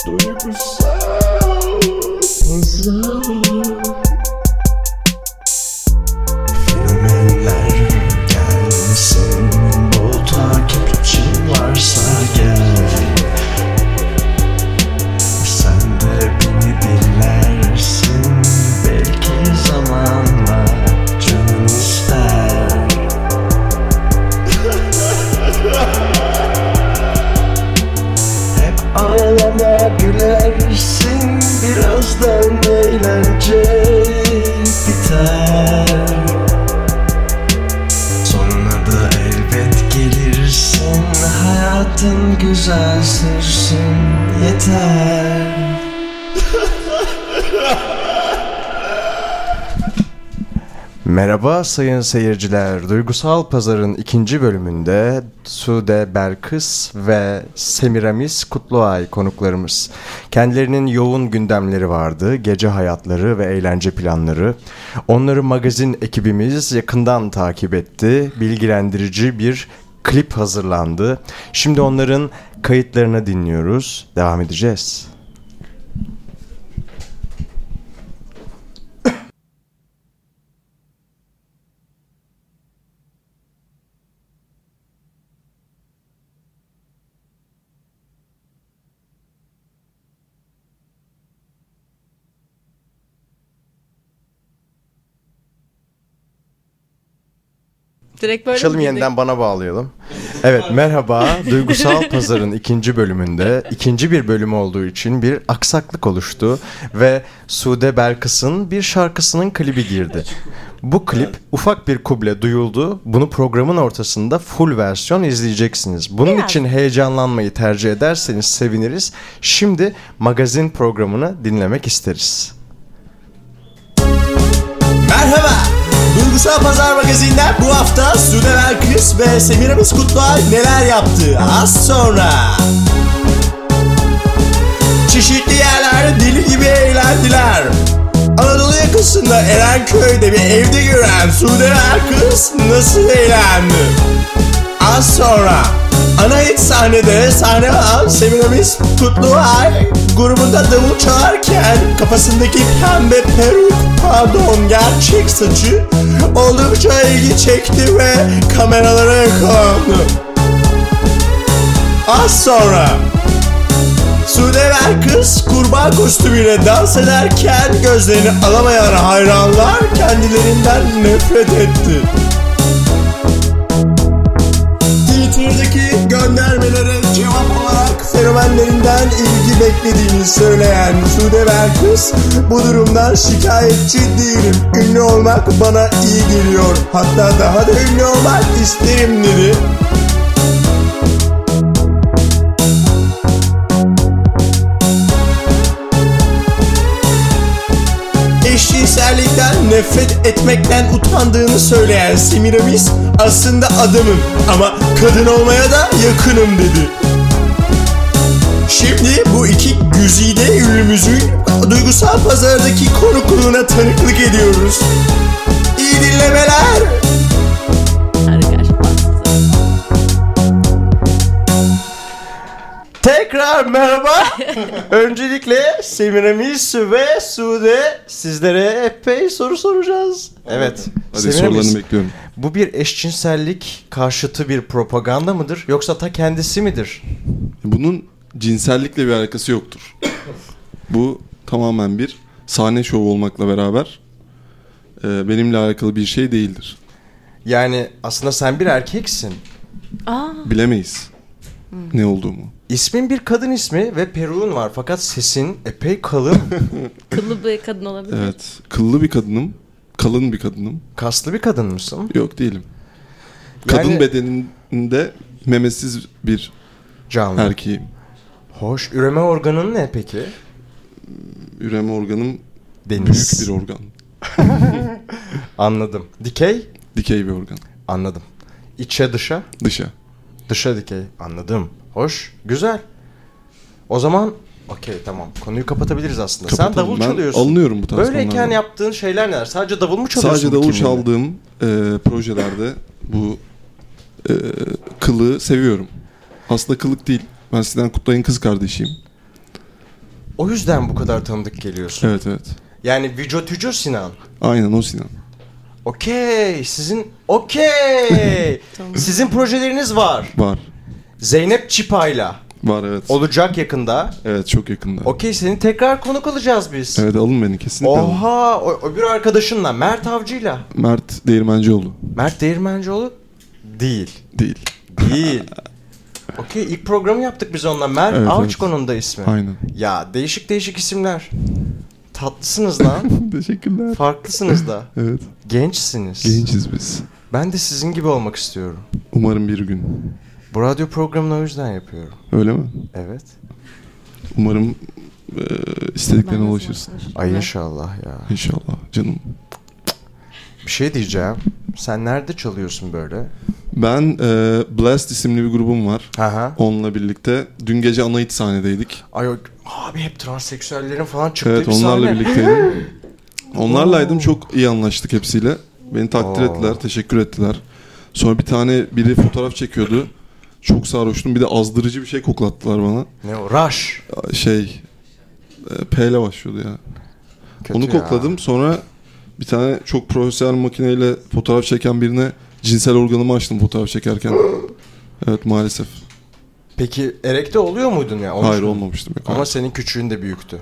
Duygusal pazar. Fenomenler gelsin, bol takipçin varsa gel. Sen de beni dinlersin, belki zamanla canın ister. Hep ağlama gülersin, birazdan eğlence biter. Sonuna da elbet gelirsin, hayatın güzel sürsün yeter. Merhaba sayın seyirciler. Duygusal Pazar'ın ikinci bölümünde Sude Belkıs ve Semiramis Kutluay konuklarımız. Kendilerinin yoğun gündemleri vardı, gece hayatları ve eğlence planları. Onları magazin ekibimiz yakından takip etti. Bilgilendirici bir klip hazırlandı. Şimdi onların kayıtlarını dinliyoruz. Devam edeceğiz. Direkt böyle Açalım yeniden, bana bağlayalım. Evet, merhaba. Duygusal Pazar'ın ikinci bölümünde ikinci bir bölüm olduğu için bir aksaklık oluştu ve Sude Belkıs'ın bir şarkısının klibi girdi. Bu klip ufak bir kuble duyuldu. Bunu programın ortasında full versiyon izleyeceksiniz. Bunun için heyecanlanmayı tercih ederseniz seviniriz. Şimdi magazin programını dinlemek isteriz. Merhaba. Duygusal Pazar Magazin'den bu hafta Sude Belkıs ve Semiramis Kutluay neler yaptı az sonra. Çeşitli yerlerde deli gibi eğlendiler. Anadolu yakasında Erenköy'de bir evde gören Sude Belkıs nasıl eğlendi? Az sonra ana hit sahnede sahne alan Semiramis Kutluay grubunda davul çalarken kafasındaki pembe peruk, pardon gerçek saçı oldukça ilgi çekti ve kameralara yakalandı. Az sonra Sude Belkıs kurban kostümüyle dans ederken gözlerini alamayan hayranlar kendilerinden nefret etti. Twitter'daki göndermelere cevap olarak fenomenlerinden ilgi beklediğini söyleyen Sude Belkıs, bu durumdan şikayetçi değilim. Ünlü olmak bana iyi geliyor. Hatta daha da ünlü olmak isterim dedi. Eşcinsellikten nefret etmekten utandığını söyleyen Semiramis, aslında adamım ama kadın olmaya da yakınım dedi. Şimdi bu iki güzide ünlümüzün Duygusal Pazar'daki konukluğuna tanıklık ediyoruz. İyi dinlemeler. Tekrar merhaba. Öncelikle Semiramis ve Sude, sizlere epey soru soracağız. Evet. Hadi sorularını bekliyorum. Bu bir eşcinsellik karşıtı bir propaganda mıdır yoksa ta kendisi midir? Bunun cinsellikle bir alakası yoktur. Bu tamamen bir sahne şovu olmakla beraber benimle alakalı bir şey değildir. Yani aslında sen bir erkeksin. Bilemeyiz ne olduğumu. İsmin bir kadın ismi ve peruğun var fakat sesin epey kalın. Kıllı bir kadın olabilir. Evet, kıllı bir kadınım, kalın bir kadınım. Kaslı bir kadın mısın? Yok, değilim. Kadın bedeninde memesiz bir canlı erkeğim. Hoş. Üreme organın ne peki? Üreme organım deniz. Büyük bir organ. Anladım. Dikey? Dikey bir organ. Anladım. İçe dışa? Dışa. Dışa dikey. Anladım. Hoş. Güzel. O zaman okey, tamam. Konuyu kapatabiliriz aslında. Kapatalım. Sen davul çalıyorsun. Alınıyorum bu tarz böyleyken konularda. yaptığın şeyler neler? Sadece davul mu çalıyorsun? Sadece davul çaldığım projelerde bu kılığı seviyorum. Aslında kılık değil. Ben Sinan Kutlay'ın kız kardeşiyim. O yüzden bu kadar tanıdık geliyorsun. Evet evet. Yani Vücutücü Sinan. Aynen o Sinan. Okey. Sizin projeleriniz var. Var. Zeynep Çipa'yla. Var evet. Olacak yakında. Evet çok yakında. Okey, seni tekrar konuk alacağız biz. Evet alın beni kesinlikle alın. Oha, o bir arkadaşınla, Mert Avcı'yla. Mert Değirmencioğlu. Mert Değirmencioğlu değil. Değil. Değil. Okey, ilk programı yaptık biz onunla. Mert Evet, Avçko'nun da ismi. Aynen. Ya değişik isimler. Tatlısınız lan. Teşekkürler. Farklısınız da. Evet. Gençsiniz. Genciz biz. Ben de sizin gibi olmak istiyorum. Umarım bir gün. Bu radyo programını o yüzden yapıyorum. Öyle mi? Evet. Umarım istediklerine Ben de ulaşırsın. sana Ay inşallah ya. İnşallah canım. Bir şey diyeceğim. Sen nerede çalıyorsun böyle? Ben Blast isimli bir grubum var. Aha. Onunla birlikte. Dün gece Anait sahnedeydik. Ay abi hep transseksüellerin falan çıktığı Evet bir onlarla sahne. birlikteydim. Onlarlaydım, çok iyi anlaştık hepsiyle. Beni takdir Oo. ettiler, teşekkür ettiler. Sonra biri fotoğraf çekiyordu. Çok sarhoştum. Bir de azdırıcı bir şey koklattılar bana. Ne o? Rush. P ile başlıyordu ya. Kötü Onu ya. kokladım. Sonra bir tane çok profesyonel makineyle fotoğraf çeken birine cinsel organımı açtım fotoğraf çekerken. Evet maalesef. Peki erekte oluyor muydun ya? Olmuş Hayır muydun? olmamıştım. Yok, Ama hayır. senin küçüğün de büyüktü.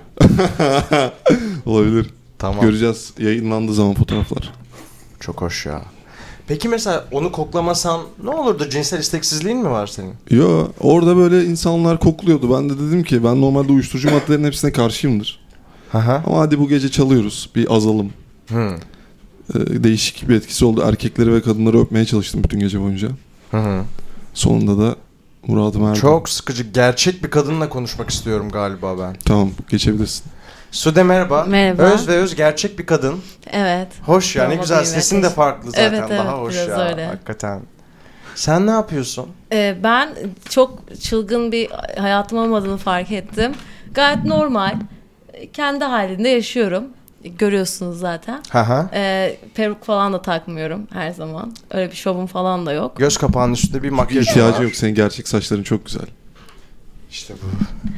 Olabilir. Tamam. Göreceğiz yayınlandığı zaman fotoğraflar. Çok hoş ya. Peki mesela onu koklamasan ne olurdu? Cinsel isteksizliğin mi var senin? Yo, orada böyle insanlar kokluyordu. Ben de dedim ki ben normalde uyuşturucu maddelerin hepsine karşıyımdır. Aha. Ama hadi bu gece çalıyoruz. Bir azalım. Değişik bir etkisi oldu. Erkekleri ve kadınları öpmeye çalıştım bütün gece boyunca. Hı. Sonunda da muradıma erdim. Çok sıkıcı. Gerçek bir kadınla konuşmak istiyorum galiba ben. Tamam geçebilirsin. Sude merhaba. Merhaba. Öz gerçek bir kadın. Evet. Hoş ya, ne Doğma güzel. büyüme. Sesin de farklı zaten. Evet, Daha evet, hoş biraz ya. öyle. Hakikaten. Sen ne yapıyorsun? Ben çok çılgın bir hayatım olmadığını fark ettim. Gayet normal. Kendi halinde yaşıyorum. Görüyorsunuz zaten. Haha. Peruk falan da takmıyorum her zaman. Öyle bir şovum falan da yok. Göz kapağının üstünde bir makyaj İhtiyacı var. yok. Senin gerçek saçların çok güzel. İşte bu.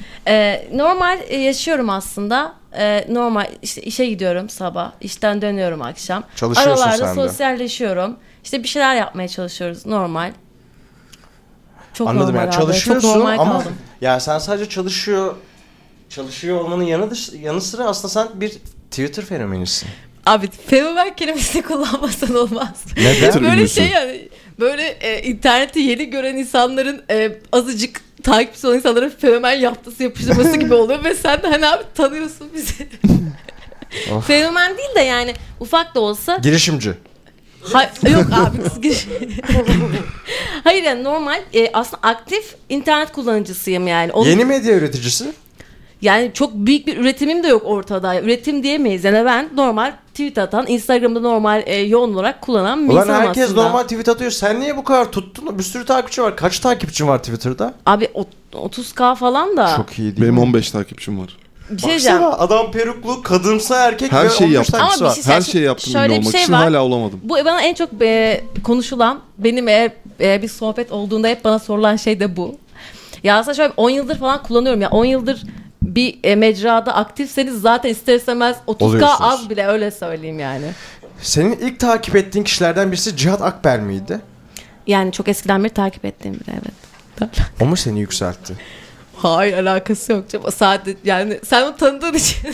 Normal yaşıyorum aslında. Normal işte işe gidiyorum sabah. İşten dönüyorum akşam. Çalışıyorsun Aralarda sen de. sosyalleşiyorum. İşte bir şeyler yapmaya çalışıyoruz. Normal. Çok Anladım normal yani abi. çalışıyorsun Çok normal ama kaldım. yani sen sadece çalışıyor olmanın yanı sıra aslında sen bir Twitter fenomenisin. Abi fenomen kelimesini kullanmasan olmaz. Neden? Böyle ünlüsü. şey yani. Böyle interneti yeni gören insanların azıcık takipçisi olan insanların fenomen yaptısı yapıştırması gibi oluyor ve sen de hani abi tanıyorsun bizi. Of. Fenomen değil de yani ufak da olsa. Girişimci. Yok abi. Hayır yani normal aslında aktif internet kullanıcısıyım yani. Yeni medya üreticisi. Yani çok büyük bir üretimim de yok ortada. Üretim diyemeyiz. Yani ben normal tweet atan, Instagram'da normal yoğun olarak kullanan bir Ulan insanım herkes aslında. normal tweet atıyor. Sen niye bu kadar tuttun? Bir sürü takipçi var. Kaç takipçin var Twitter'da? Abi 30K falan da. Çok iyi değil Benim mi? 15 takipçim var. Bir şey diyeceğim. Baksana, adam peruklu, kadınsa erkek Her ve şeyi 15 yaptım. takipçisi Ama var. bir şey- Her şeyi yaptım Şöyle ünlü bir olmak şey için var. hala olamadım. Bu bana en çok konuşulan, benim eğer bir sohbet olduğunda hep bana sorulan şey de bu. Ya aslında şöyle 10 yıldır falan kullanıyorum ya. 10 yıldır bir mecrada aktifseniz zaten ister istemez 30K Oluyorsunuz. az bile, öyle söyleyeyim yani. Senin ilk takip ettiğin kişilerden birisi Cihat Akber miydi? Yani çok eskiden beri takip ettiğim biri, evet. O mu seni yükseltti? Hayır, alakası yok canım. Sadece yani sen onu tanıdığın için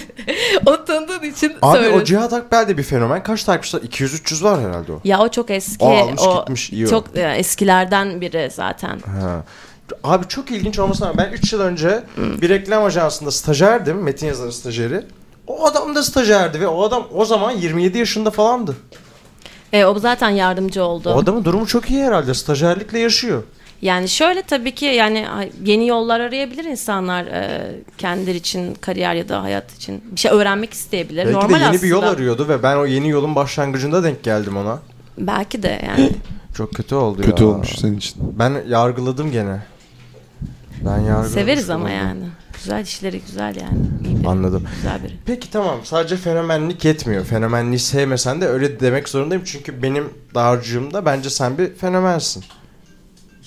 Abi söylüyorsun. o Cihat Akber de bir fenomen. Kaç takipçisi var? 200-300 var herhalde o. Ya o çok eski. Almış o gitmiş, iyi o. çok eskilerden biri zaten. Ha. Abi çok ilginç olmasına rağmen ben 3 yıl önce bir reklam ajansında stajyerdim. Metin yazarı stajyeri. O adam da stajyerdi ve o adam o zaman 27 yaşında falandı. O zaten yardımcı oldu. O adamın durumu çok iyi herhalde. Stajyerlikle yaşıyor. Yani şöyle tabii ki yani yeni yollar arayabilir insanlar kendileri için, kariyer ya da hayat için bir şey öğrenmek isteyebilir. Belki Normal de yeni aslında. bir yol arıyordu ve ben o yeni yolun başlangıcında denk geldim ona. Belki de yani. Çok kötü oldu ya. Kötü olmuş senin için. Ben yargıladım gene. Ben yargıladım. Severiz ama yani. Güzel işleri güzel yani. İyi biri. Anladım. Güzel biri. Peki tamam, sadece fenomenlik yetmiyor. Fenomenliği sevmesen de öyle demek zorundayım. Çünkü benim dağarcığımda bence sen bir fenomensin.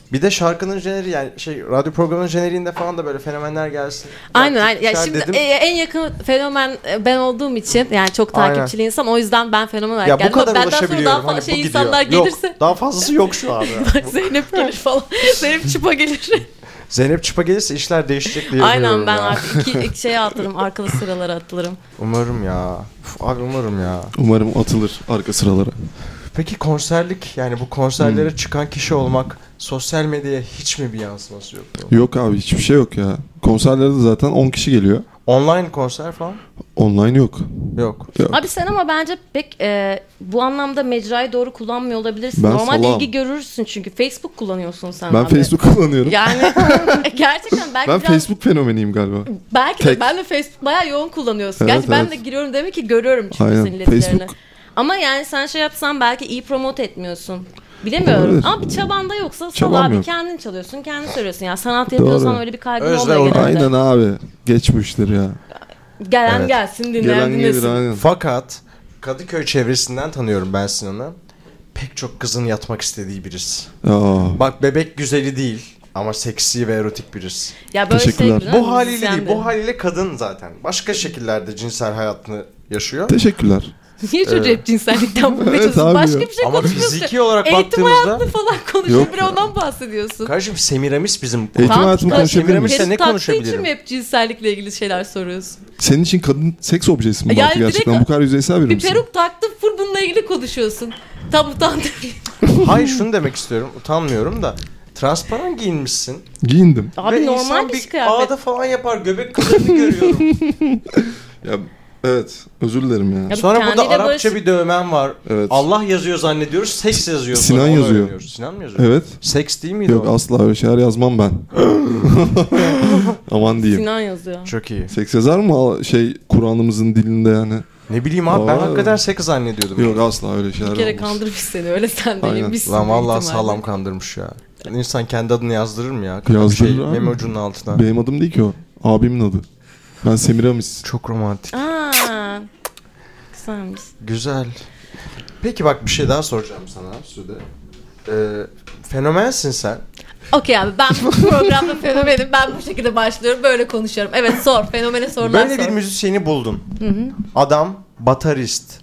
Bir de şarkının jeneriği yani radyo programının jeneriğinde falan da böyle fenomenler gelsin. Aynen. Ya Şer şimdi dedim. en yakın fenomen ben olduğum için yani çok takipçili insan, o yüzden ben fenomen olarak Ya bu geldim. kadar Benden sonra ulaşabiliyorum. daha Hani fazla bu gidiyor. insanlar gelirse. Yok, daha fazlası yok şu an. Bak Zeynep gelir falan. Zeynep Çıpa gelir. Zeynep Çıpa gelirse işler değişecek diye Aynen, biliyorum ben ya. artık iki şeye atlarım. Arkalı sıralara atlarım. Umarım ya. Abi umarım ya. Umarım atılır arka sıralara. Peki konserlik, yani bu konserlere çıkan kişi olmak sosyal medyaya hiç mi bir yansıması yok mu? Yok abi, hiçbir şey yok ya. Konserlerde zaten 10 kişi geliyor. Online konser falan? Online yok. Yok. Abi sen ama bence pek bu anlamda mecrayı doğru kullanmıyor olabilirsin. Ben Normal salağım. ilgi görürsün çünkü. Facebook kullanıyorsun sen Ben abi. Facebook kullanıyorum. Yani gerçekten belki Ben biraz... Facebook fenomeniyim galiba. Belki Tek. de ben de Facebook bayağı yoğun kullanıyorsun. Evet, Gerçi ben evet. de giriyorum demek ki görüyorum çünkü Aynen. senin iletişimlerini. Facebook. Ama yani sen şey yapsan belki iyi promote etmiyorsun. Bilemiyorum. Olabilir. Ama bir çaban da yoksa Çabam sal abi, yok. kendin çalıyorsun, kendin söylüyorsun. Yani sanat yapıyorsan Doğru. öyle bir kaygın Özle olmuyor orada. genelde. Aynen abi. Geç bu işleri ya. Gelen Evet. gelsin, dinleyen Gelen gelir dinlesin. aynen. Fakat Kadıköy çevresinden tanıyorum ben Sinan'ı. Pek çok kızın yatmak istediği birisi. Aa, Bak bebek güzeli değil ama seksi ve erotik birisi. Ya böyle Teşekkürler. şey gibi, Bu haliyle değil, müzisyen de. bu haliyle kadın zaten. Başka şekillerde cinsel hayatını yaşıyor. teşekkürler. Niye çocuğu hep cinsellikten bulmuyorsun? abi Başka ya. bir şey Ama konuşmuyorsun. fiziki olarak Eğitim baktığımızda... hayatını falan konuşuyor. Yok Bir ya. ondan bahsediyorsun. Kardeşim Semiramis bizim... Eğitim Tamam, hayatımı işte konuşabilir Semiramis- miyiz? ne Taktığı konuşabilirim? için mi hep cinsellikle ilgili şeyler soruyorsun? Senin için kadın seks objesi mi Yani Bartu gerçekten? direkt- Bu kadar yüzeysel biri Bir misin? peruk taktın, full bununla ilgili konuşuyorsun. Tam utandırıyor. Hayır şunu demek istiyorum, utanmıyorum da. Transparan giyinmişsin. Giyindim. Abi ve normal insan bir bir kıyafet. ağda falan yapar, göbek kıllarını görüyorum. Ya evet, özür dilerim ya. Ya Sonra burada kendiyle Arapça barış- bir dövmen var. Evet. Allah yazıyor zannediyoruz, seks yazıyor. Sinan sonra onu yazıyor. öğreniyoruz. Sinan mı yazıyor? Evet. Seks değil miydi Yok o? asla öyle şeyler yazmam ben. Aman diyeyim. Sinan yazıyor. Çok iyi. Seks yazar mı Kur'an'ımızın dilinde yani? Ne bileyim abi, ben Aa. hakikaten seks zannediyordum. Yok asla öyle şeyler Bir kere olmaz. kandırmış seni, öyle sen de Aynen. yemişsin. Lan büyük vallahi ihtimalle. sağlam kandırmış ya. Yani İnsan kendi adını yazdırır mı ya? Yazdırır abi. Meme ucunun altına. Benim adım değil ki o. Abimin adı. Ben Semiramis. Çok romantik. Aa, güzelmiş. Güzel. Peki bak bir şey daha soracağım sana Sude. Fenomensin sen. Okey abi, ben bu programda fenomenim. Ben bu şekilde başlıyorum, böyle konuşuyorum. Evet, sor. Fenomene sorular Böyle sor. bir müzisyeni buldun. Adam batarist.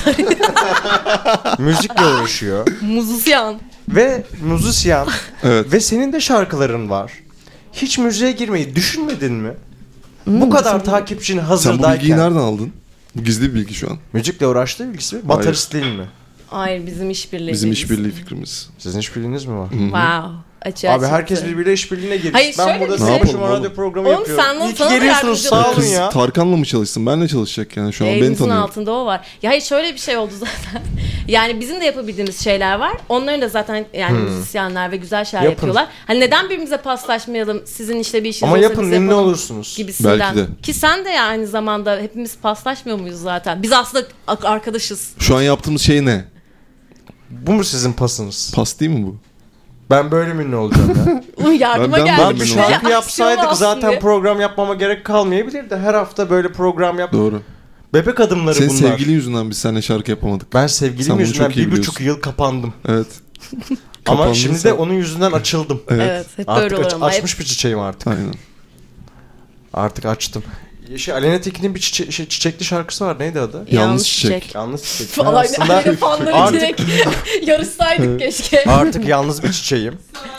Müzikle uğraşıyor. Müzisyen. Ve müzisyen. Evet. Ve senin de şarkıların var. Hiç müziğe girmeyi düşünmedin mi? Bu kadar takipçin Sen bu hazırdayken. bilgiyi nereden aldın? Bu gizli bir bilgi şu an. Müzikle uğraştığı bilgisi mi? Batarist değil mi? Hayır, bizim işbirliği. Bizim bilgisi. işbirliği fikrimiz. Sizin işbirliğiniz mi var? Wow. Açığa Abi herkes çıktı. birbiriyle işbirliğine girmiş. Hayır, Ben şöyle burada bir size şey- şu Ne yapalım radyo programı Oğlum, yapıyorum. sen İyi ki sana da geliyorsunuz, yardımcı sağ olun olursun. ya. Tarkan'la mı çalışsın? Benle çalışacak yani şu an. Beni Elimizin tanıyor. altında o var. Ya hayır, şöyle bir şey oldu zaten. Yani bizim de yapabildiğimiz şeyler var. Onların da zaten yani müzisyenler ve güzel şeyler Yapın. yapıyorlar. Hani neden birbirimize paslaşmayalım? Sizin işte bir işiniz Ama olsa yapın, biz ünlü yapalım olursunuz. gibisinden. Belki de. Ki sen de ya aynı zamanda, hepimiz paslaşmıyor muyuz zaten? Biz aslında arkadaşız. Şu an yaptığımız şey ne? Bu mu sizin pasınız? Pas değil mi bu? Ben böyle mi ünlü olacağım ya? Yardıma Ben geldim. Lan bir Emin şarkı Aksiyon yapsaydık alsın zaten diye. program yapmama gerek kalmayabilirdi. Her hafta böyle program yap. Doğru. Bebek adımları Senin bunlar. sevgilin yüzünden biz seninle şarkı yapamadık. Ben Sen sevgilim bunu yüzünden çok iyi 1,5 yıl kapandım. Evet. Ama Kapandın şimdi sen. de onun yüzünden açıldım. Evet, hep böyle Artık olur ama. açmış bir çiçeğim artık. Aynen. Artık açtım. Aleyna Tilki'nin bir çiçekli şarkısı var. Neydi adı? Yalnız çiçek. Yalnız çiçek. Falan Aslında öyle fanları artık- direkt yarışsaydık keşke. artık yalnız bir çiçeğim.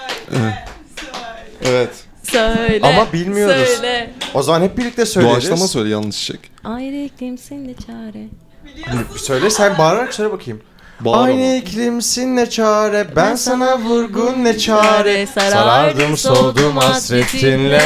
Evet. Söyle. Ama bilmiyoruz. Söyle. O zaman hep birlikte söyleriz. Doğaçlama söyle yanlış çiçek. Ayrı iklimsin de çare. Söyle sen bağırarak söyle bakayım. Bağır Aynı ama. iklimsin ne çare, ben sana vurgun ne çare. Sarardım soldum hasretinle.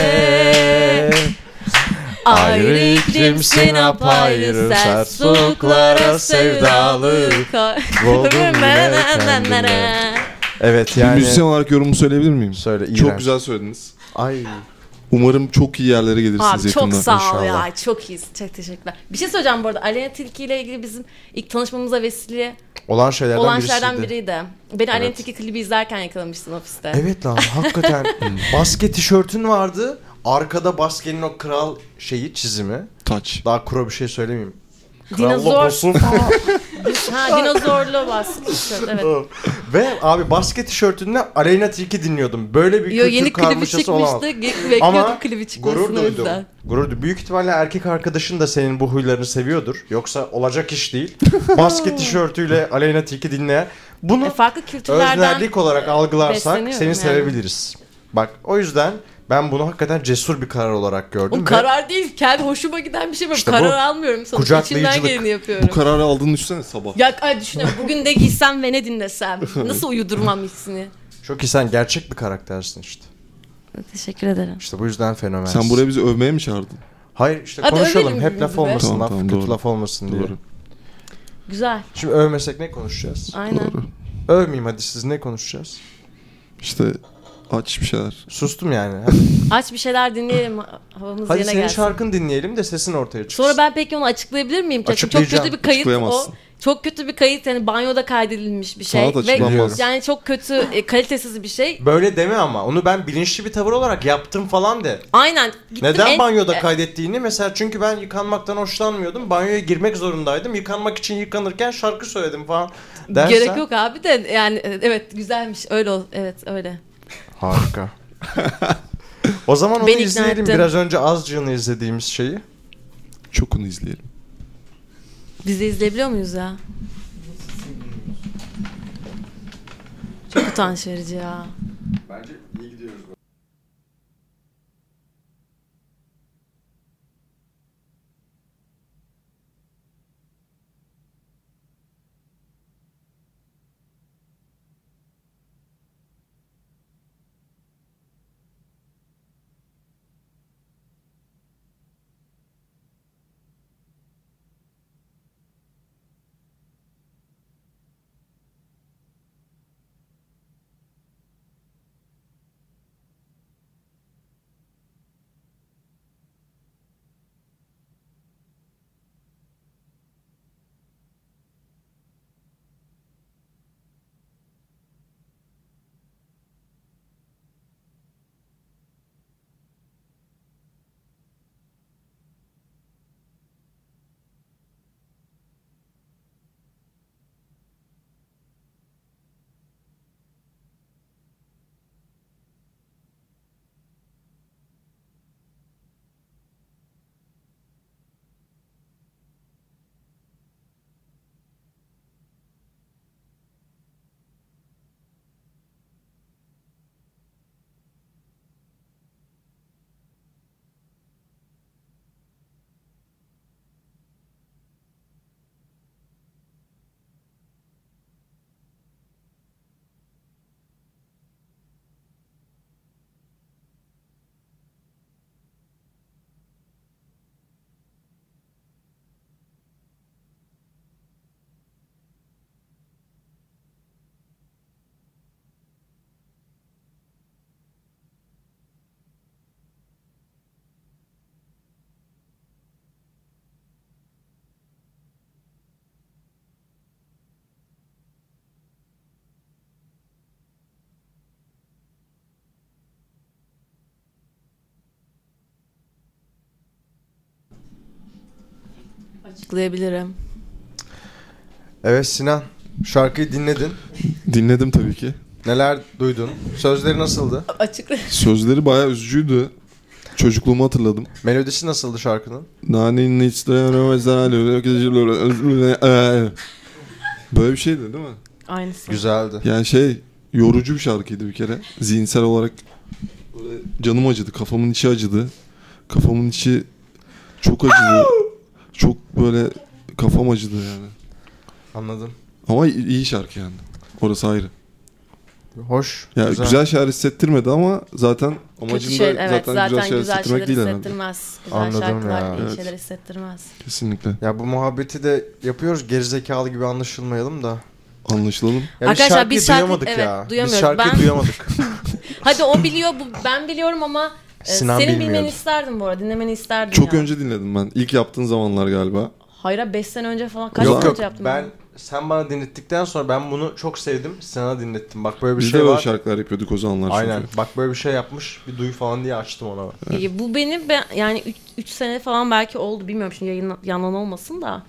Ayrı iklimsin apayrı, sert soğuklara sevdalı. Oldum yine kendime. Evet Bir yani. müzisyen olarak yorumumu söyleyebilir miyim? Söyle, Çok iğrenç. güzel söylediniz. Ay. Umarım çok iyi yerlere gelirsiniz Abi çok yakında. sağ ol İnşallah. ya. Çok iyisin. Çok teşekkürler. Bir şey söyleyeceğim bu arada. Aleyna Tilki ile ilgili bizim ilk tanışmamıza vesile Olan şeylerden olan birisiydi. şeylerden biriydi. Beni Aleyna Evet. Tilki klibi izlerken yakalamıştın ofiste. Evet lan hakikaten. Basket tişörtün vardı. Arkada basketin o kral çizimi. Taç. Daha kuru bir şey söylemeyeyim. Dinozor. Bosun falan. Dinozorlu basket tişört, evet. Ve abi basket tişörtünde Aleyna Tilki dinliyordum. Böyle bir Yo, kültür yeni klibi karmaşası olamaz. çıkmıştı. Bekliyordum Ama klibi çıkmasını gurur o duydum. yüzden. Gurur duydum. Büyük ihtimalle erkek arkadaşın da senin bu huylarını seviyordur. Yoksa olacak iş değil. Basket tişörtüyle Aleyna Tilki dinleyen. Bunu Farklı kültürlerden öznellik olarak algılarsak besleniyorum seni yani. sevebiliriz. Bak o yüzden ben bunu hakikaten cesur bir karar olarak gördüm. O karar değil. Kendi hoşuma giden bir şey. İşte Karar bu almıyorum sana. kucaklayıcılık. İçimden geleni yapıyorum. Bu kararı aldığını düşünsene sabah. Ya düşünüyorum. Bugün de giysem ve ne dinlesem. Nasıl uyudurmam hissini. Çok iyi, sen gerçek bir karaktersin işte. Teşekkür ederim. İşte bu yüzden fenomensin. Sen buraya bizi övmeye mi çağırdın? Hayır işte Hadi konuşalım. övelim Hep laf birbirimizi be. olmasın. Tamam, laf tamam, kötü doğru. laf olmasın diye. Doğru. Güzel. Şimdi övmesek ne konuşacağız? Aynen. Doğru. Övmeyeyim hadi, siz ne konuşacağız? İşte aç bir şeyler. Sustum yani. Hadi, Aç bir şeyler dinleyelim. Havamız hadi yerine senin gelsin. şarkını dinleyelim de sesin ortaya çıksın. Sonra ben peki onu açıklayabilir miyim? Çok Açıklayacağım. kötü bir kayıt o. Açıklayamazsın. Çok kötü bir kayıt, yani banyoda kaydedilmiş bir şey. Sanat açıklanmaz. Yani çok kötü, kalitesiz bir şey. Böyle deme ama. Onu ben bilinçli bir tavır olarak yaptım falan de. Aynen. Gittim Neden banyoda kaydettiğini mesela, çünkü ben yıkanmaktan hoşlanmıyordum. Banyoya girmek zorundaydım. Yıkanmak için yıkanırken şarkı söyledim falan dersen. Gerek yok abi de yani evet güzelmiş. Öyle evet öyle. Harika. O zaman onu Beni ikna izleyelim. ettin. Biraz önce azıcığını izlediğimiz şeyi. Çokunu izleyelim. Biz de izleyebiliyor muyuz ya? Çok utanç verici ya. Bence iyi gidiyoruz. Açıklayabilirim. Evet Sinan, şarkıyı dinledin. Dinledim tabii ki. Neler duydun? Sözleri nasıldı? Açıkla. Sözleri bayağı üzücüydü. Çocukluğumu hatırladım. Melodisi nasıldı şarkının? Nanenin böyle bir şeydi değil mi? Aynısı. Güzeldi. Yani yorucu bir şarkıydı bir kere. Zihinsel olarak böyle canım acıdı, kafamın içi acıdı. Kafamın içi çok acıdı. Çok böyle kafam acıdı yani. Anladım. Ama iyi şarkı yani. Orası ayrı. Hoş. Ya güzel şeyler hissettirmedi ama zaten amacım da Evet, zaten güzel şeyler güzel hissettirmek değil herhalde. hissettirmez. Güzel Anladım şarkılar ya. iyi Evet. şeyler hissettirmez. Kesinlikle. Ya bu muhabbeti de yapıyoruz. Gerizekalı gibi anlaşılmayalım da. Anlaşılalım. Ya Arkadaşlar biz biz şarkıyı şarkı- duyamadık evet, ya. Biz duyamıyoruz. şarkıyı Ben- duyamadık. Hadi o biliyor, ben biliyorum ama Sinan senin bilmiyordu. bilmeni isterdim bu arada. Dinlemeni isterdim Çok ya. önce dinledim ben. İlk yaptığın zamanlar galiba. Hayır 5 sene önce falan. Kaç Yok sene yok, önce yaptım ben sen bana dinlettikten sonra ben bunu çok sevdim. Sana dinlettim. Bak böyle bir Biz şey de böyle var. şarkılar yapıyorduk o zamanlar çünkü. Aynen. Bak böyle bir şey yapmış. Bir duy falan diye açtım ona. Bu benim yani 3 sene falan belki oldu. Bilmiyorum şimdi yalan olmasın da.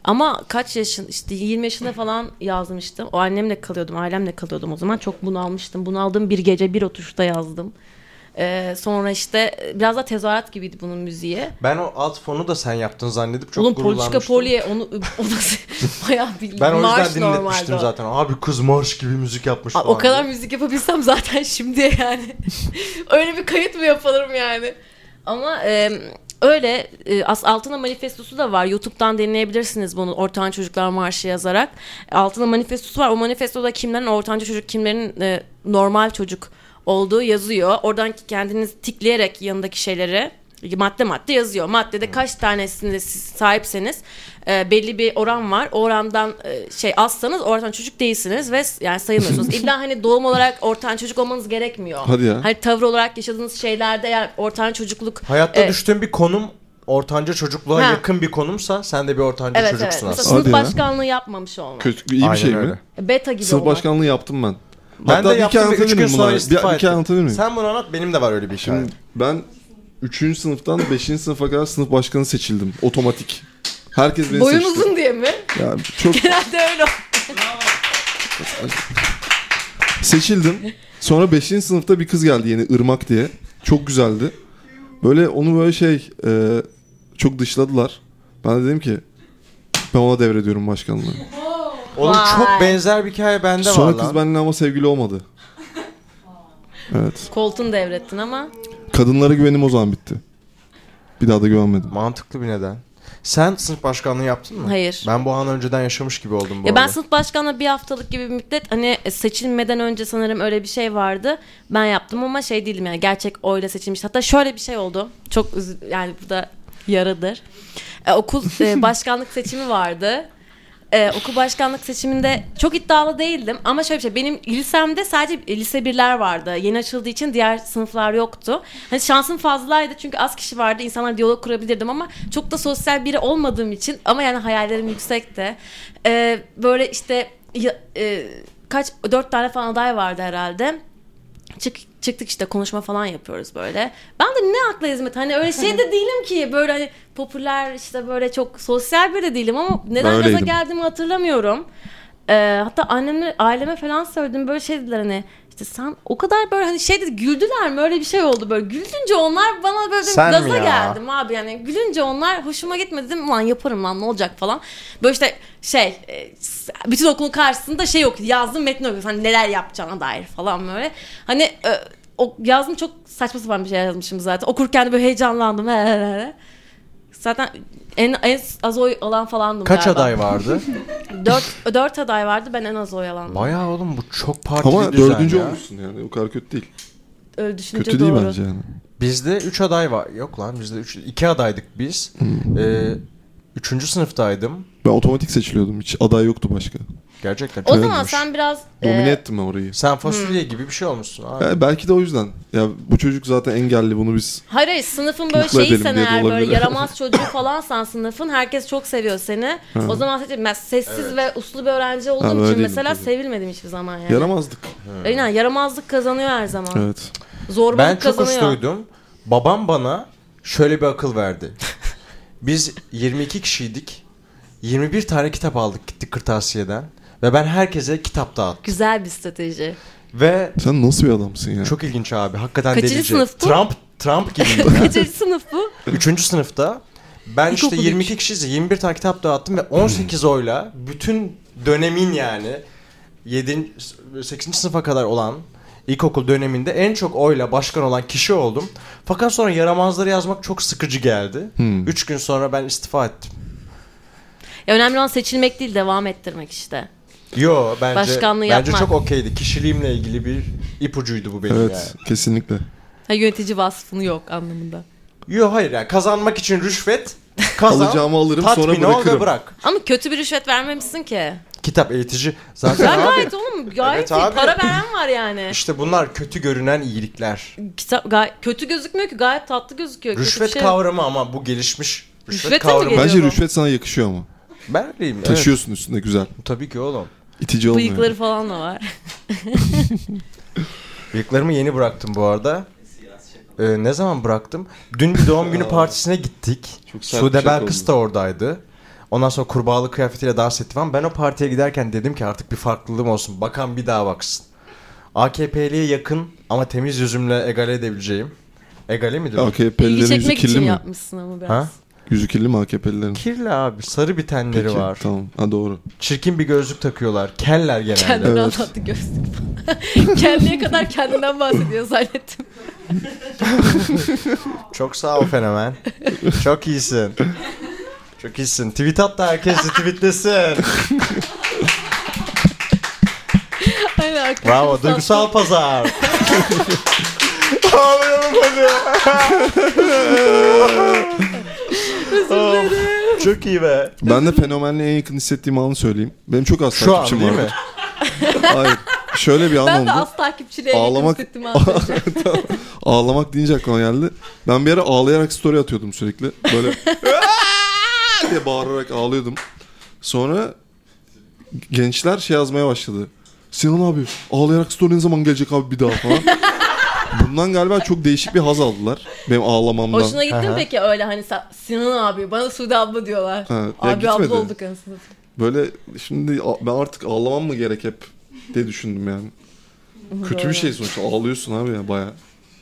Ama kaç yaşın işte 20 yaşında falan yazmıştım. O annemle kalıyordum, ailemle kalıyordum o zaman. Çok bunalmıştım. Bunaldığım bir gece bir oturuşta yazdım. Sonra işte biraz da tezahürat gibiydi bunun müziği. Ben o alt fonu da sen yaptın zannedip çok Oğlum gururlanmıştım. Politika Poli'ye onu bayağı bir Ben o yüzden marş dinletmiştim normalde o. zaten. Abi kız marş gibi müzik yapmış falan. O kadar diye. müzik yapabilsem zaten şimdiye yani. Öyle bir kayıt mı yapalım yani? Ama öyle Altına Manifestosu da var. YouTube'dan dinleyebilirsiniz bunu. Ortanca Çocuklar Marşı yazarak. Altına Manifestosu var. O manifestoda kimlerin ortanca çocuk, kimlerin normal çocuk olduğu yazıyor. Oradan kendiniz tikleyerek yanındaki şeyleri madde yazıyor. Maddede kaç tanesinde siz sahipseniz belli bir oran var. O orandan azsanız ortanca çocuk değilsiniz ve yani sayılmıyorsunuz. İlla hani doğum olarak ortanca çocuk olmanız gerekmiyor. Hadi ya. Hani tavır olarak yaşadığınız şeylerde eğer ortanca çocukluk Hayatta düştüğün bir konum ortanca çocukluğa Ha. yakın bir konumsa sen de bir ortanca çocuksun Mesela aslında. sınıf Hadi ya. başkanlığı yapmamış olmak. Kötü, iyi bir Aynen şey öyle. mi? Beta gibi Sınıf olmak. başkanlığı yaptım ben. Ben Hatta de bir yaptım hikaye ve 3 gün anlatabilir miyim sonra buna? istifa Bir hikaye ettim. anlatabilir miyim? Sen bunu anlat, benim de var öyle bir hikaye. Şimdi ben 3. sınıftan 5. sınıfa kadar sınıf başkanı seçildim. Otomatik. Herkes beni Boyun seçti. uzun diye mi? Ya çok Genelde öyle. seçildim. Sonra 5. sınıfta bir kız geldi yeni, Irmak diye. Çok güzeldi. Böyle onu böyle çok dışladılar. Ben de dedim ki ben ona devrediyorum başkanlığı. Oğlum Vay. çok benzer bir hikaye bende var Sonra lan. kız benimle ama sevgili olmadı. Evet. Koltuğunu devrettin ama. Kadınlara güvenim o zaman bitti. Bir daha da güvenmedim. Mantıklı bir neden. Sen sınıf başkanlığı yaptın mı? Hayır. Ben bu an önceden yaşamış gibi oldum bu Ya ben arada. sınıf başkanlığı bir haftalık gibi bir müddet hani seçilmeden önce sanırım öyle bir şey vardı. Ben yaptım ama şey değilim yani gerçek oyla seçilmiş. Hatta şöyle bir şey oldu. Çok yani bu da yaradır. Okul başkanlık seçimi vardı. Okul başkanlık seçiminde çok iddialı değildim ama şöyle bir şey, benim lisemde sadece lise 1'ler vardı. Yeni açıldığı için diğer sınıflar yoktu. Hani şansım fazlaydı çünkü az kişi vardı. İnsanlarla diyalog kurabilirdim ama çok da sosyal biri olmadığım için ama yani hayallerim yüksekti. Böyle işte 4 tane falan aday vardı herhalde. Çıktık işte konuşma falan yapıyoruz böyle. Ben de ne akla hizmet hani öyle şey de değilim ki böyle hani popüler işte böyle çok sosyal biri de değilim ama neden gaza Öyleydim. geldiğimi hatırlamıyorum. Hatta aileme falan söyledim böyle şey dediler hani işte sen o kadar böyle hani şey dedi, güldüler mi öyle bir şey oldu böyle gülünce onlar bana böyle Sen mi gaza ya? geldim abi yani gülünce onlar hoşuma gitmedi dedim lan yaparım lan ne olacak falan böyle işte bütün okulun karşısında şey okudu yazdım metni okuyorsun hani neler yapacağına dair falan böyle hani o yazdım çok saçma sapan bir şey yazmışım zaten okurken de böyle heyecanlandım zaten en az oy alan falandım Kaç galiba. aday vardı? 4 aday vardı ben en az oy alandım. Bayağı oğlum bu çok partili Ama düzen 4. ya. olmuşsun yani. O kadar kötü değil. Öyle düşününce Kötü doğru. değil bence yani. Bizde 3 aday var. Yok lan bizde 2 adaydık biz. 3. sınıftaydım. Ben otomatik seçiliyordum. Hiç aday yoktu başka. Gerçekten O çok zaman iyiymiş. sen biraz Domine ettim ben orayı. Sen fasulye gibi bir şey olmuşsun abi. Yani belki de o yüzden. Ya bu çocuk zaten engelli, bunu biz hayır sınıfın böyle Mutlu edelim şeysen diye de eğer böyle olabilir. yaramaz çocuğu falansan sınıfın herkes çok seviyor seni. O zaman ben sessiz ve uslu bir öğrenci olduğum öyle için değilim mesela tabii. sevilmedim hiçbir zaman yani. yaramazdık. Aynen yaramazlık kazanıyor her zaman. Evet. Zorbalık Ben çok kazanıyor. uçtuydum. Babam bana şöyle bir akıl verdi. Biz 22 kişiydik. 21 tane kitap aldık gittik kırtasiyeden. Ve ben herkese kitap dağıttım. Güzel bir strateji. Ve Sen nasıl bir adamsın ya? çok ilginç abi. Hakikaten Kaçıncı delice. sınıf bu? Trump gibiyim ya. Kaçıncı sınıf bu? 3. sınıfta ben işte İlkokul 22 kişiyiz. 21 tane kitap dağıttım ve 18 oyla bütün dönemin yani 8. sınıfa kadar olan ilkokul döneminde en çok oyla başkan olan kişi oldum. Fakat sonra yaramazları yazmak çok sıkıcı geldi. 3 gün sonra ben istifa ettim. Ya önemli olan seçilmek değil devam ettirmek işte. Yo bence Başkanlığı bence yapmak. çok okeydi. Kişiliğimle ilgili bir ipucuydu bu benim Evet, yani. kesinlikle. Ha, yönetici vasfını yok anlamında. Yo hayır yani kazanmak için rüşvet kazan. Alacağımı alırım, sonra tatmin ol ve bırakırım. bırak. Ama kötü bir rüşvet vermemişsin ki. Kitap eğitici zaten Ya abi. gayet oğlum gayet Evet iyi. abi. Para veren var yani. İşte bunlar kötü görünen iyilikler. Kötü gözükmüyor ki gayet tatlı gözüküyor. Kötü bir Rüşvet şey. kavramı ama bu gelişmiş rüşvet Rüşvete mi kavramı. geliyor? Bence bu? rüşvet sana yakışıyor ama. Ben öyleyim. Evet. Taşıyorsun üstünde güzel. Tabii ki oğlum. İtici olmuyor. Bıyıkları falan da var. Bıyıklarımı yeni bıraktım bu arada. Ne zaman bıraktım? Dün bir doğum günü partisine gittik. Çok sert bir Sude şey Belkıs oldu. da oradaydı. Ondan sonra kurbağalı kıyafetiyle dans etti falan. Ben o partiye giderken dedim ki artık bir farklılığım olsun. Bakan bir daha baksın. AKP'liye yakın ama temiz yüzümle egale edebileceğim. Egale midir o? İlgi AKP'lilerin yüzü çekmek kirli için mi? yapmışsın ama biraz. Ha? Yüzü kirli mi AKP'lilerin? Kirli abi. Sarı bitenleri Peki, var. tamam. Ha doğru. Çirkin bir gözlük takıyorlar. Keller genelde. Kendini Evet. anlattı gözlük falan. Kendine kadar kendinden bahsediyor zannettim. Çok sağ ol fenomen. Çok iyisin. Çok iyisin. Tweet at da herkes de tweetlesin. Aynen, arkadaşım Bravo. sattı. Duygusal pazar. Ağlıyorum hadi. Çok iyi be. Ben de fenomenle en yakın hissettiğim anı söyleyeyim. Benim çok az Şu an takipçim değil mi? vardır. Hayır. Şöyle bir an Ben oldu. de az takipçiliğe Ağlamak- yakın hissettim. Ağlamak deyince aklıma geldi. Ben bir ara ağlayarak story atıyordum sürekli. Böyle diye bağırarak ağlıyordum. Sonra gençler şey yazmaya başladı. Sinan abi ağlayarak story ne zaman gelecek abi bir daha falan. Bundan galiba çok değişik bir haz aldılar. Benim ağlamamdan. Hoşuna gitti mi Aha. peki öyle hani Sinan abi bana Sude abla diyorlar. Ha, ya Abi abla gitmedi. olduk anasını. Böyle şimdi ben artık ağlamam mı gerek hep diye düşündüm yani. Kötü bir şey sonuçta. Ağlıyorsun abi ya bayağı.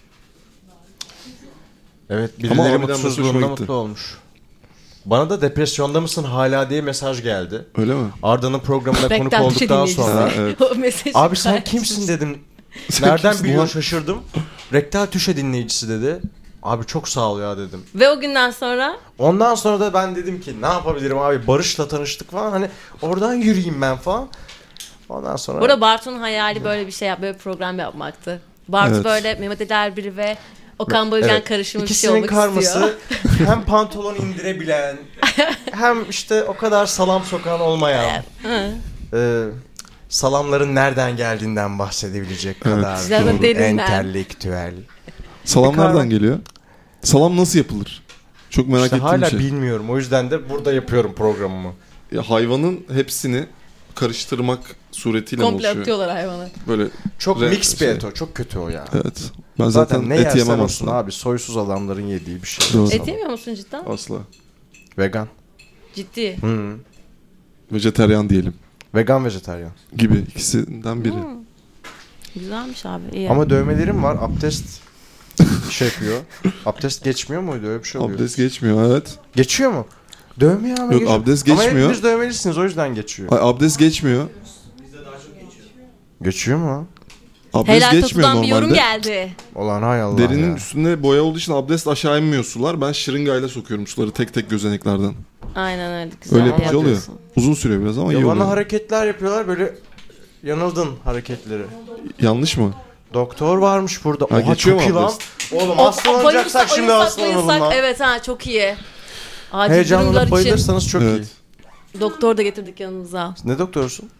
Evet, Ama birileri harbiden mesaj mutsuzluğunda hoşuma gitti. mutlu olmuş. Bana da depresyonda mısın hala diye mesaj geldi. Öyle mi? Arda'nın programına konuk Reklam tuşu olduktan dinleyicisi. sonra. Ha, evet. O mesajı Abi sen paylaşmış. kimsin dedim. Sen Nereden kimsin biliyorsun lan? şaşırdım. Rektal Tüşe dinleyicisi dedi. Abi çok sağ ol ya dedim. Ve o günden sonra Ondan sonra da ben dedim ki ne yapabilirim abi, Barış'la tanıştık falan, hani oradan yürüyeyim ben falan. Ondan sonra burada Bartu'nun hayali böyle bir şey böyle bir program yapmaktı. Bartu Evet. böyle Mehmet Ali Erbil ve Okan Bayülgen Evet. karışımı bir şey İkisinin olmak karması istiyor. hem pantolon indirebilen hem işte o kadar salam sokan olmayan, salamların nereden geldiğinden bahsedebilecek kadar Güzel, doğru, derinden. entelektüel. Salam Tekrar- nereden geliyor? Salam nasıl yapılır? Çok merak İşte ettiğim hala bir şey. bilmiyorum, o yüzden de burada yapıyorum programımı. Ya hayvanın hepsini karıştırmak suretiyle mi Komple oluşuyor? atıyorlar hayvanı. Böyle Çok Re- mix bir şey. et o, çok kötü o ya. evet. Ben Zaten zaten ne et yersen yemem olsun aslında. abi, soysuz adamların yediği bir şey. Doğru. Et yemiyor musun cidden? Asla. Vegan. Ciddi. Hı. Vejeteryan diyelim. Vegan vejetaryen. Gibi ikisinden biri. Güzelmiş abi. İyi. Ama dövmelerim var, abdest şey yapıyor. Abdest geçmiyor muydu, öyle bir şey oluyor. Abdest geçmiyor evet. Geçiyor mu? Dövmeye ama Yok, geçiyor. abdest Ama geçmiyor. hepiniz dövmelisiniz, o yüzden geçiyor. Ay, abdest geçmiyor. Geçiyor mu? Abdest Helal geçmiyor Tatu'dan bir yorum normalde. geldi. Olan hay Allah Derinin ya. üstünde boya olduğu için abdest aşağı inmiyor sular. Ben şırıngayla sokuyorum suları tek tek gözeneklerden. Aynen öyle. Güzel Öyle yapınca oluyor. yapıyorsun. Uzun sürüyor biraz ama iyi Ya bana oluyor. hareketler yapıyorlar böyle, yanıldın hareketleri. Yanlış mı? Doktor varmış burada. Ha, Oha geçiyor çok mu iyi lan. abdest? Oğlum O hastalanacaksak şimdi hastalanalım lan. Evet ha çok iyi. Acil Heyecanlanıp durumlar için bayılırsanız çok Evet. doktor da getirdik yanımıza. iyi. Ne doktorsun?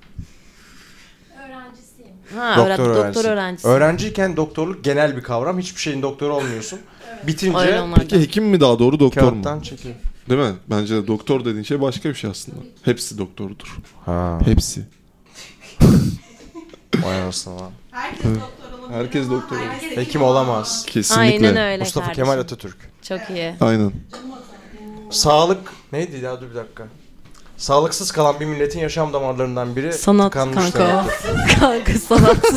Ha, doktor öğrencisi. Öğrenciyken doktorluk genel bir kavram. Hiçbir şeyin doktoru olmuyorsun. Öyle Bitince onlar. Peki hekim mi daha doğru doktor mu? kağıttan çekiyor. Değil mi? Bence de doktor dediğin şey başka bir şey aslında. Hepsi doktordur. Ha. Hepsi. Vay anasını lan. Herkes doktor olur. Hekim olamaz. Kesinlikle. Aynen öyle Mustafa kardeşim. Kemal Atatürk. Çok iyi. Aynen. Sağlık neydi ya, dur bir dakika. Sağlıksız kalan bir milletin yaşam damarlarından biri Sanat tıkanmıştır. kanka. Kanka sanatsız.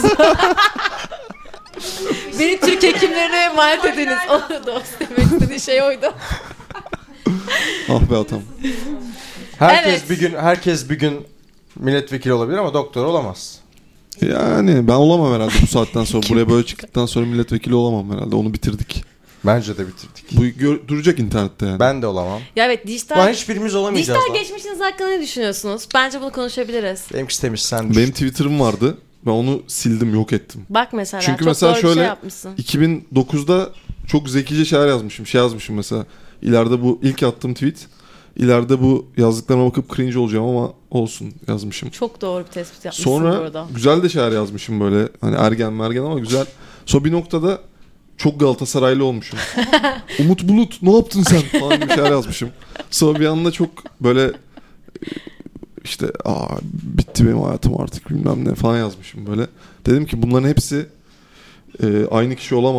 Beni Türk hekimlerine emanet ediniz. O da demek istediği şey oydu. Ah be atam. Herkes Evet. bir gün milletvekili olabilir ama doktor olamaz. Yani ben olamam herhalde bu saatten sonra. Buraya böyle çıktıktan sonra milletvekili olamam herhalde. Onu bitirdik. Bence de bitirdik. Bu duracak internette yani. Ben de olamam. Ya evet Lan dijital hiçbirimiz olamayacağız dijital lan. geçmişiniz hakkında ne düşünüyorsunuz? Bence bunu konuşabiliriz. Benimkisi temiz, sen düşün. Benim Twitter'ım vardı. Ben onu sildim, yok ettim. Bak mesela Çünkü çok mesela doğru bir şey şöyle yapmışsın. 2009'da çok zekice şeyler yazmışım. Şey yazmışım mesela. İleride bu ilk attığım tweet. İleride bu yazdıklarıma bakıp cringe olacağım ama olsun yazmışım. Çok doğru bir tespit yapmışsın Sonra burada. güzel de şeyler yazmışım böyle. Hani ergen mergen ama güzel. Sonra bir noktada çok Galatasaraylı olmuşum. Umut Bulut ne yaptın sen falan gibi şeyler yazmışım. Sonra bir anda çok böyle işte bitti benim hayatım artık bilmem ne falan yazmışım böyle. Dedim ki bunların hepsi aynı kişi olamaz.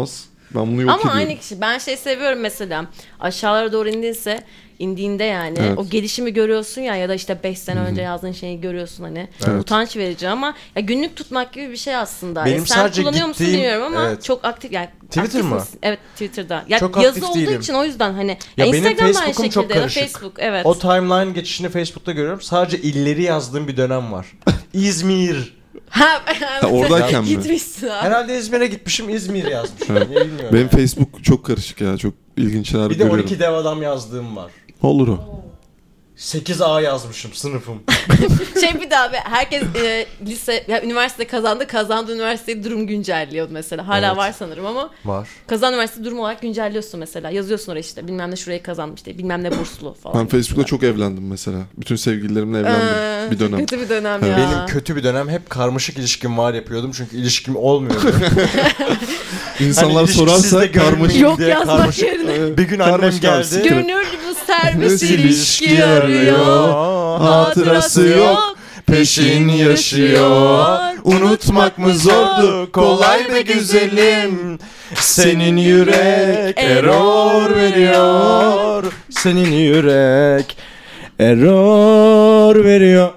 Ben bunu yok Ama ediyorum. aynı kişi. Ben seviyorum mesela. Aşağılara doğru indiğinde yani Evet. o gelişimi görüyorsun ya da işte 5 sene önce yazdığın şeyi görüyorsun hani. Evet. Utanç verici ama ya günlük tutmak gibi bir şey aslında. Benim Sen sadece kullanıyor musun gittiğim- bilmiyorum ama evet. çok aktif yani. Twitter aktif mı? misin? Evet, Twitter'da. Ya Çok yazı aktif olduğu değilim. için o yüzden hani Ya benim Instagram'da aynı Facebook'um çok şekilde ya da karışık. Facebook evet. O timeline geçişini Facebook'ta görüyorum. Sadece illeri yazdığım bir dönem var. İzmir. Ha, oradayken mi? Gitmişsin ha. Herhalde İzmir'e gitmişim, İzmir yazmışım. Evet. Niye bilmiyorum. Benim Facebook çok karışık ya. Çok ilginç şeyler Bir de görüyorum. 12 dev adam yazdığım var. Olur o. 8A yazmışım sınıfım. Bir daha herkes lise ya üniversite kazandığı üniversiteyi durum güncelliyordu mesela. Hala Evet. var sanırım ama Var. kazan üniversite durum olarak güncelliyorsun mesela. Yazıyorsun oraya işte bilmem ne şurayı kazanmış diye bilmem ne burslu falan. Ben Facebook'ta çok evlendim mesela. Bütün sevgililerimle evlendim bir dönem. Kötü bir dönem ya. Benim kötü bir dönem hep karmaşık ilişkim var yapıyordum çünkü ilişkim olmuyordu. İnsanlar Hani ilişkisiz de sorarsa görünmeyeyim karmaşık. Yok diye yazmak karmaşık. yerine. Bir gün annem Karmaşık geldi. yazsın. Gönül bu serbest Nasıl ilişki ilişki arıyor. arıyor, hatırası yok, peşin yaşıyor. Unutmak mı zordu, kolay be güzelim. Senin yürek error veriyor. Senin yürek error veriyor.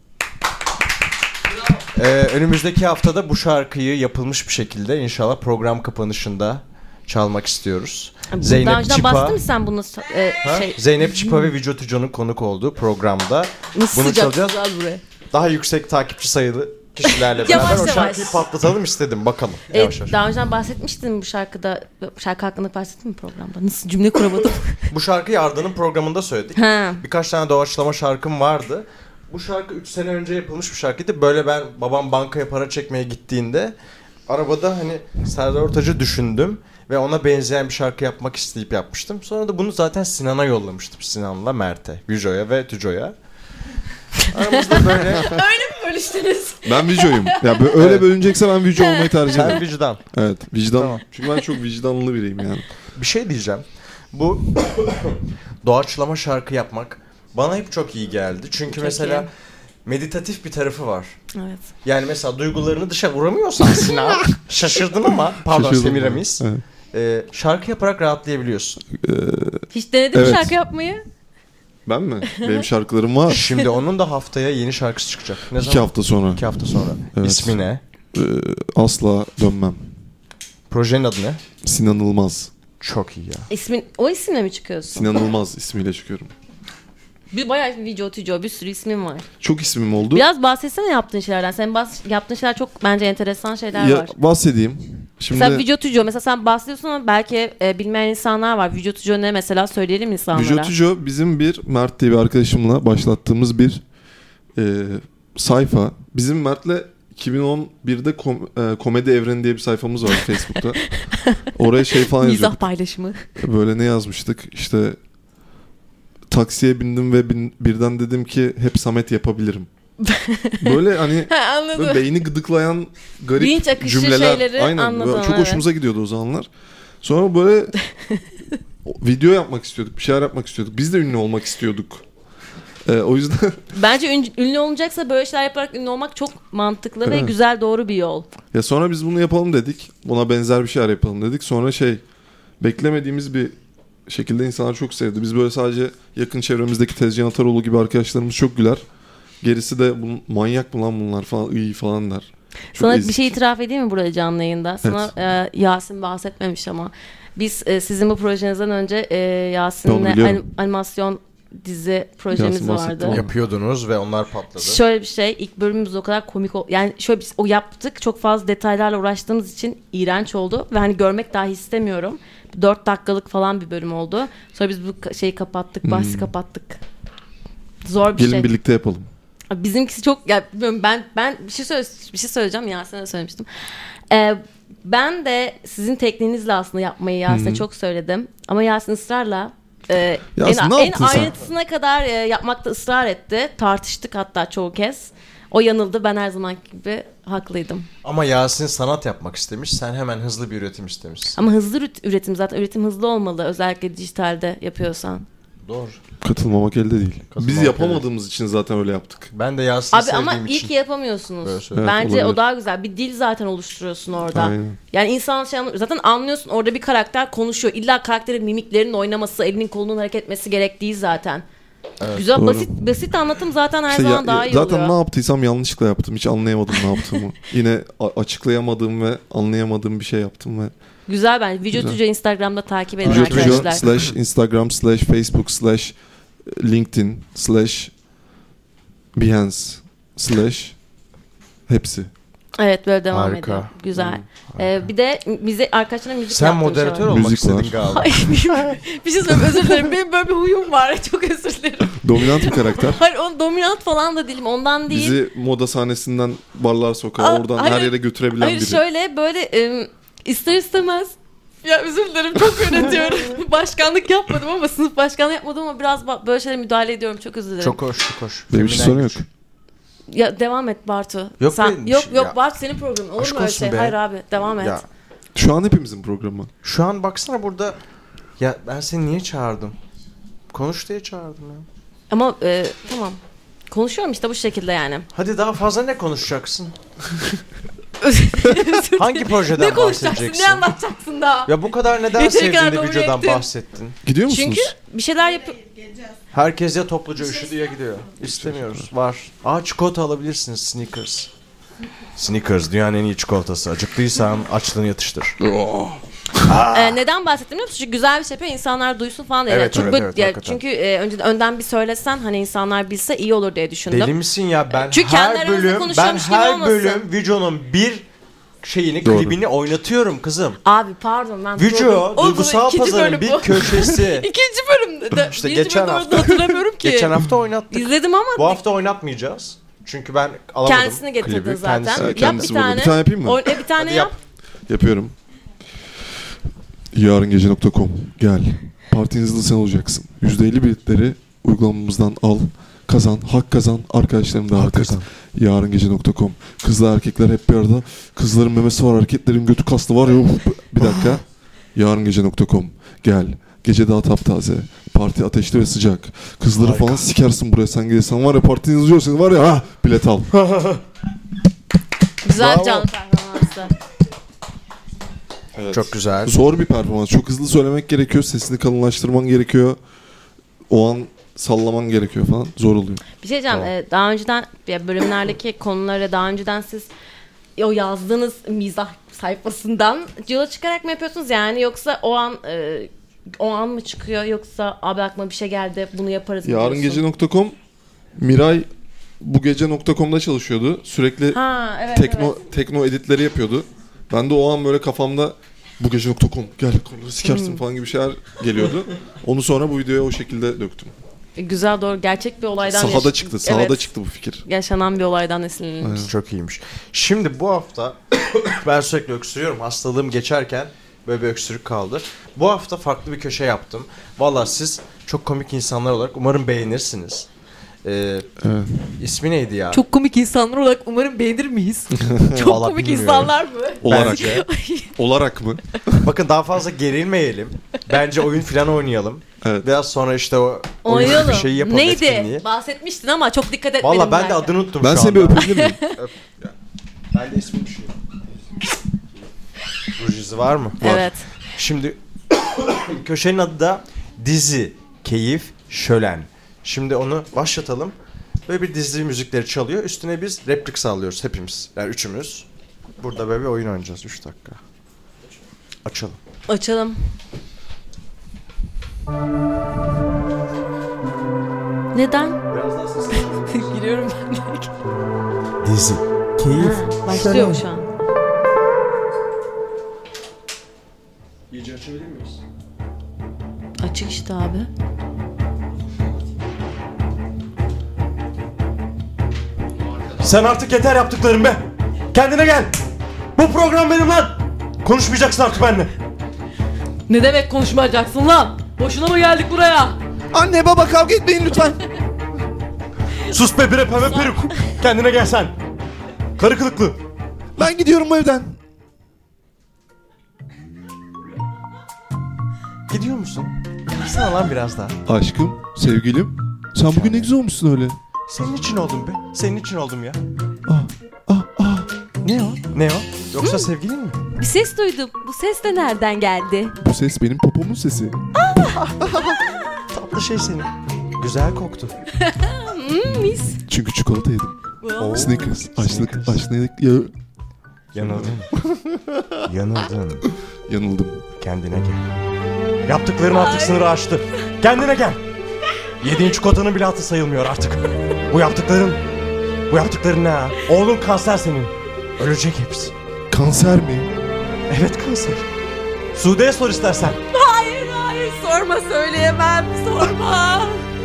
Önümüzdeki haftada bu şarkıyı yapılmış bir şekilde inşallah program kapanışında çalmak istiyoruz. Daha önceden bahsettin mi sen bunu? Zeynep Çipa ve Vücut Hüco'nun konuk olduğu programda Nasıl bunu sıcak çalacağız. güzel buraya. Daha yüksek takipçi sayılı kişilerle beraber Yavaş o yavaş. şarkıyı patlatalım istedim. Bakalım. Yavaş yavaş. Daha önceden bahsetmiştin bu şarkı hakkında bahsettin mi programda? Nasıl cümle kuramadım? Bu şarkıyı Arda'nın programında söyledik. Ha. Birkaç tane doğaçlama şarkım vardı. Bu şarkı 3 sene önce yapılmış bir şarkıydı. Böyle ben babam bankaya para çekmeye gittiğinde arabada hani Serdar Ortaç'ı düşündüm ve ona benzeyen bir şarkı yapmak isteyip yapmıştım. Sonra da bunu zaten Sinan'a yollamıştım. Sinan'la Mert'e, Vüco'ya ve Tüco'ya. Aramızda böyle Öyle mi bölüştünüz? Ben Vico'yum. Ya öyle Evet. bölünecekse ben Vico olmayı tercih sen ederim. vicdan. Evet, vicdan. Tamam. Çünkü ben çok vicdanlı biriyim yani. Bir şey diyeceğim. Bu doğaçlama şarkı yapmak bana hep çok iyi geldi. Çünkü Çok mesela iyi. meditatif bir tarafı var. Evet. Yani mesela duygularını dışa vuramıyorsan Sinan, şaşırdın ama pardon Şaşırdım Semiramis. ben. Şarkı yaparak rahatlayabiliyorsun. Hiç denedin mi Evet. şarkı yapmayı? Ben mi? Benim şarkılarım var. Şimdi onun da haftaya yeni şarkısı çıkacak. Ne 2 zaman? hafta sonra. 2 hafta sonra. Evet. İsmi ne? Asla dönmem. Projenin adı ne? Sinan Ilmaz. Çok iyi ya. O isimle mi çıkıyorsun? Sinan Ilmaz ismiyle çıkıyorum. Bayağı Vico, Tüco bir sürü ismin var. Çok ismim oldu. Biraz bahsetsene yaptığın şeylerden. Senin yaptığın şeyler çok bence enteresan şeyler Ya, var. bahsedeyim. Şimdi Mesela Vücut Tüco mesela sen bahsediyorsun ama belki bilmeyen insanlar var. Vücut Tüco ne mesela söyleyelim insanlara. Vücut Hüco bizim bir Mert diye bir arkadaşımla başlattığımız bir sayfa. Bizim Mert'le 2011'de Komedi Evreni diye bir sayfamız var Facebook'ta. Oraya şey falan Mizah yazıyorduk. paylaşımı. Böyle ne yazmıştık? İşte taksiye bindim ve birden dedim ki hep Samet yapabilirim. Böyle hani Anladım. böyle beyni gıdıklayan garip Bilinç akışı cümleler. şeyleri Aynen. anladım, Böyle çok evet. hoşumuza gidiyordu o zamanlar. Sonra böyle video yapmak istiyorduk. Bir şeyler yapmak istiyorduk. Biz de ünlü olmak istiyorduk. O yüzden Bence ünlü olunacaksa böyle şeyler yaparak ünlü olmak çok mantıklı ve Evet. güzel doğru bir yol. ya sonra biz bunu yapalım dedik. Buna benzer bir şeyler yapalım dedik. Sonra beklemediğimiz bir şekilde insanlar çok sevdi. Biz böyle sadece yakın çevremizdeki Tezcan Ataroğlu gibi arkadaşlarımız çok güler. Gerisi de manyak mı lan bunlar falan iyi falan der. Çok Sana ezik. bir şey itiraf edeyim mi burada canlı yayında? Sana Yasin bahsetmemiş ama biz sizin bu projenizden önce Ben onu Yasin'le biliyorum. animasyon dizi projemiz Yasin bahsetti vardı. bana. Yapıyordunuz ve onlar patladı. Şöyle bir şey, ilk bölümümüz o kadar komik yani şöyle biz o yaptık, çok fazla detaylarla uğraştığımız için iğrenç oldu ve hani görmek dahi istemiyorum. 4 dakikalık falan bir bölüm oldu. Sonra biz bu şeyi kapattık, bahsi kapattık. Zor bir Gelin şey. birlikte yapalım. Bizimkisi çok ya bilmiyorum, ben bir şey söyleyeceğim, Yasin'e söylemiştim. Ben de sizin tekniğinizle aslında yapmayı Yasin'e çok söyledim ama Yasin ısrarla Yasin, ne en yaptın sen? ayrıntısına kadar yapmakta ısrar etti. Tartıştık hatta çoğu kez. O yanıldı, ben her zaman gibi haklıydım. Ama Yasin sanat yapmak istemiş. Sen hemen hızlı bir üretim istemişsin. Ama hızlı üretim, zaten üretim hızlı olmalı, özellikle dijitalde yapıyorsan. Doğru. Katılmamak elde değil. Biz Katılmamak yapamadığımız için zaten öyle yaptık. Ben de Yasin'i Abi ama sevdiğim iyi için. ki yapamıyorsunuz. Böyle söyleyeyim. Evet, Bence olabilir. o daha güzel. Bir dil zaten oluşturuyorsun orada. Aynen. Yani insan zaten anlıyorsun, orada bir karakter konuşuyor. İlla karakterin mimiklerinin oynaması, elinin kolunun hareket etmesi gerektiği zaten. Güzel, doğru. basit anlatım zaten her İşte zaman daha iyi zaten oluyor. ne yaptıysam yanlışlıkla yaptım. Hiç anlayamadım ne yaptığımı. Yine açıklayamadığım ve anlayamadığım bir şey yaptım ve Güzel bence. Güzel. Vücutuca Instagram'da takip edin Vücutuca arkadaşlar. / Instagram / Facebook / LinkedIn / Behance / hepsi. Evet, böyle devam Harika. ediyor. Güzel. Bir de bize arkadaşlarına müzik Sen yaptırmış moderatör ama. olmak Müzik var. istedin galiba. Ay, bir şey söyleyeyim, özür dilerim. Benim böyle bir huyum var. Çok özür dilerim. Dominant bir karakter. Hayır, o dominant falan da değilim. Ondan değil. Bizi moda sahnesinden barlar sokağa oradan hayır, her yere götürebilen Hayır biri. şöyle böyle ister istemez. Ya özür dilerim, çok yönetiyorum. Başkanlık yapmadım ama sınıf başkanlığı yapmadım ama biraz böyle şeylere müdahale ediyorum. Çok özür dilerim. Çok hoş, çok hoş. Benim için Feminen sorun güç. yok. Ya devam et Bartu. Yok Sen, be, yok ya. Bartu, senin programın. Olur Aşk mu öyle olsun şey? be. Hayır abi, devam et. Ya, Şu an hepimizin programı. şu an baksana burada. Ya ben seni niye çağırdım? Konuş diye çağırdım ya. Ama tamam. Konuşuyorum işte bu şekilde yani. Hadi daha fazla ne konuşacaksın? Hangi projeden Ne konuşacaksın? bahsedeceksin? Ne anlatacaksın daha? Ya bu kadar neden Yeteri kadar sevdiğinde domine videodan ettin. bahsettin? Gidiyor musunuz? Çünkü bir şeyler yapıyor. Herkes ya topluca üşüdü ya gidiyor. İstemiyoruz. Var. Çikolata alabilirsiniz. Snickers. Snickers dünyanın en iyi çikolatası. Acıktıysan açlığını yatıştır. Neden bahsettim biliyor musun? Çünkü güzel bir şey yapıyor, insanlar duysun falan diye. Evet, Çok evet, böyle- evet, ya hakikaten. çünkü önden bir söylesen hani insanlar bilse iyi olur diye düşündüm. Deli misin ya? Ben Çünkü kendi her aranızda bölüm konuşuyormuş gibi her olmasın. bölüm videonun bir şeyini, Doğru. klibini oynatıyorum kızım. Abi pardon ben... Video, Oğlum, duygusal ikinci pazarın bölüm bir bu. köşesi. İkinci bölümde. İşte birinci geçen bölümde hafta. hatırlamıyorum ki. Geçen hafta oynattık. İzledim ama Bu hafta oynatmayacağız. Çünkü ben alamadım kendisini getirdin klibi. zaten. Kendisi- Evet, Yap kendisi bir burada. tane. Bir tane yapayım mı? Bir tane Hadi yap. yap. Yapıyorum. Yarıngece.com gel. Partinizde sen olacaksın. %50 biletleri uygulamamızdan al. Kazan, hak kazan, arkadaşlarını davet et. Yarıngece.com. Kızlar erkekler hep bir arada. Kızların memesi var, erkeklerin götü kaslı var ya. Bir dakika. Yarıngece.com gel. Gece daha taptaze. Parti ateşli ve sıcak. Kızları Harika. falan sikersin buraya sen gelirsen. Var ya partiniz uzuyorsun var ya bilet al. Güzel Bravo. canlı performansı. Evet. Çok güzel. Zor bir performans. Çok hızlı söylemek gerekiyor. Sesini kalınlaştırman gerekiyor. O an sallaman gerekiyor falan. Zor oluyor. Bir şey diyeceğim. Tamam. Daha önceden bölümlerdeki konuları daha önceden siz o yazdığınız mizah sayfasından yola çıkarak mı yapıyorsunuz yani, yoksa o an mı çıkıyor, yoksa abi aklıma bir şey geldi bunu yaparız mı diyorsun? Yarıngece.com Miray bu gece.com'da çalışıyordu. Sürekli Ha evet tekno editleri yapıyordu. Ben de o an böyle kafamda bu gece.com gel konuları sikersin falan gibi şeyler geliyordu. Onu sonra bu videoya o şekilde döktüm. Güzel, doğru, gerçek bir olaydan Sahada çıktı. Sahada Evet, çıktı bu fikir. yaşanan bir olaydan esinlenilmiş. Aynen. Çok iyiymiş. Şimdi bu hafta ben sürekli öksürüyorum. Hastalığım geçerken böyle bir öksürük kaldı. Bu hafta farklı bir köşe yaptım. Vallahi siz çok komik insanlar olarak umarım beğenirsiniz. Evet. İsmi neydi ya? Çok komik insanlar olarak umarım beğenir miyiz? Çok Vallahi komik bilmiyorum. insanlar mı? Olarak. Bence. Olarak mı? Bakın daha fazla gerilmeyelim. Bence oyun falan oynayalım. Evet. Biraz sonra işte o oyun Oynayalım. bir şeyi yapalım, Neydi? etkinliği. Bahsetmiştin ama çok dikkat etmedim. Valla ben de belki. adını unuttum Ben şu seni bir anda. öpebilir miyim? Ben de ismini düşünüyorum. Ruj izi var mı? Evet. Şimdi köşenin adı da Dizi, Keyif, Şölen. Şimdi onu başlatalım. Böyle bir dizi müzikleri çalıyor. Üstüne biz replik sağlıyoruz hepimiz. Yani üçümüz. Burada böyle bir oyun oynayacağız 3 dakika. Açalım. Açalım. Neden? Biraz daha sesli. Giriyorum ben de. Dizi, Keyif, Başlıyor mu şu an? İyice açabilir miyiz? Açık işte abi. Sen artık yeter yaptıkların be. Kendine gel. Bu program benim lan. Konuşmayacaksın artık benimle. Ne demek konuşmayacaksın lan? Boşuna mı geldik buraya? Anne baba kavga etmeyin lütfen. Sus be bre pembe peruk. Kendine gel sen. Karı kılıklı. Ben gidiyorum bu evden. Gidiyor musun? Bağırsana lan biraz daha. Aşkım, sevgilim. Sen bugün ne güzel olmuşsun öyle. Senin için oldum be. Senin için oldum ya. Ah. Ne o? Ne o? Yoksa sevgilin mi? Bir ses duydum. Bu ses de nereden geldi? Bu ses benim popomun sesi. Tatlı şey senin. Güzel koktu. Mis. Çünkü çikolata yedim. Snickers. Açlık. Ya. Yanıldın. Yanıldın. Yanıldım. Kendine gel. Yaptıkların artık sınırı aştı. Kendine gel. Yediğin çikolatanın bile hatı sayılmıyor artık. Bu yaptıkların ne ha? Oğlun kanser senin. Ölecek hepsi. Kanser mi? Evet kanser. Sude'ye sor istersen. Hayır sorma, söyleyemem, sorma.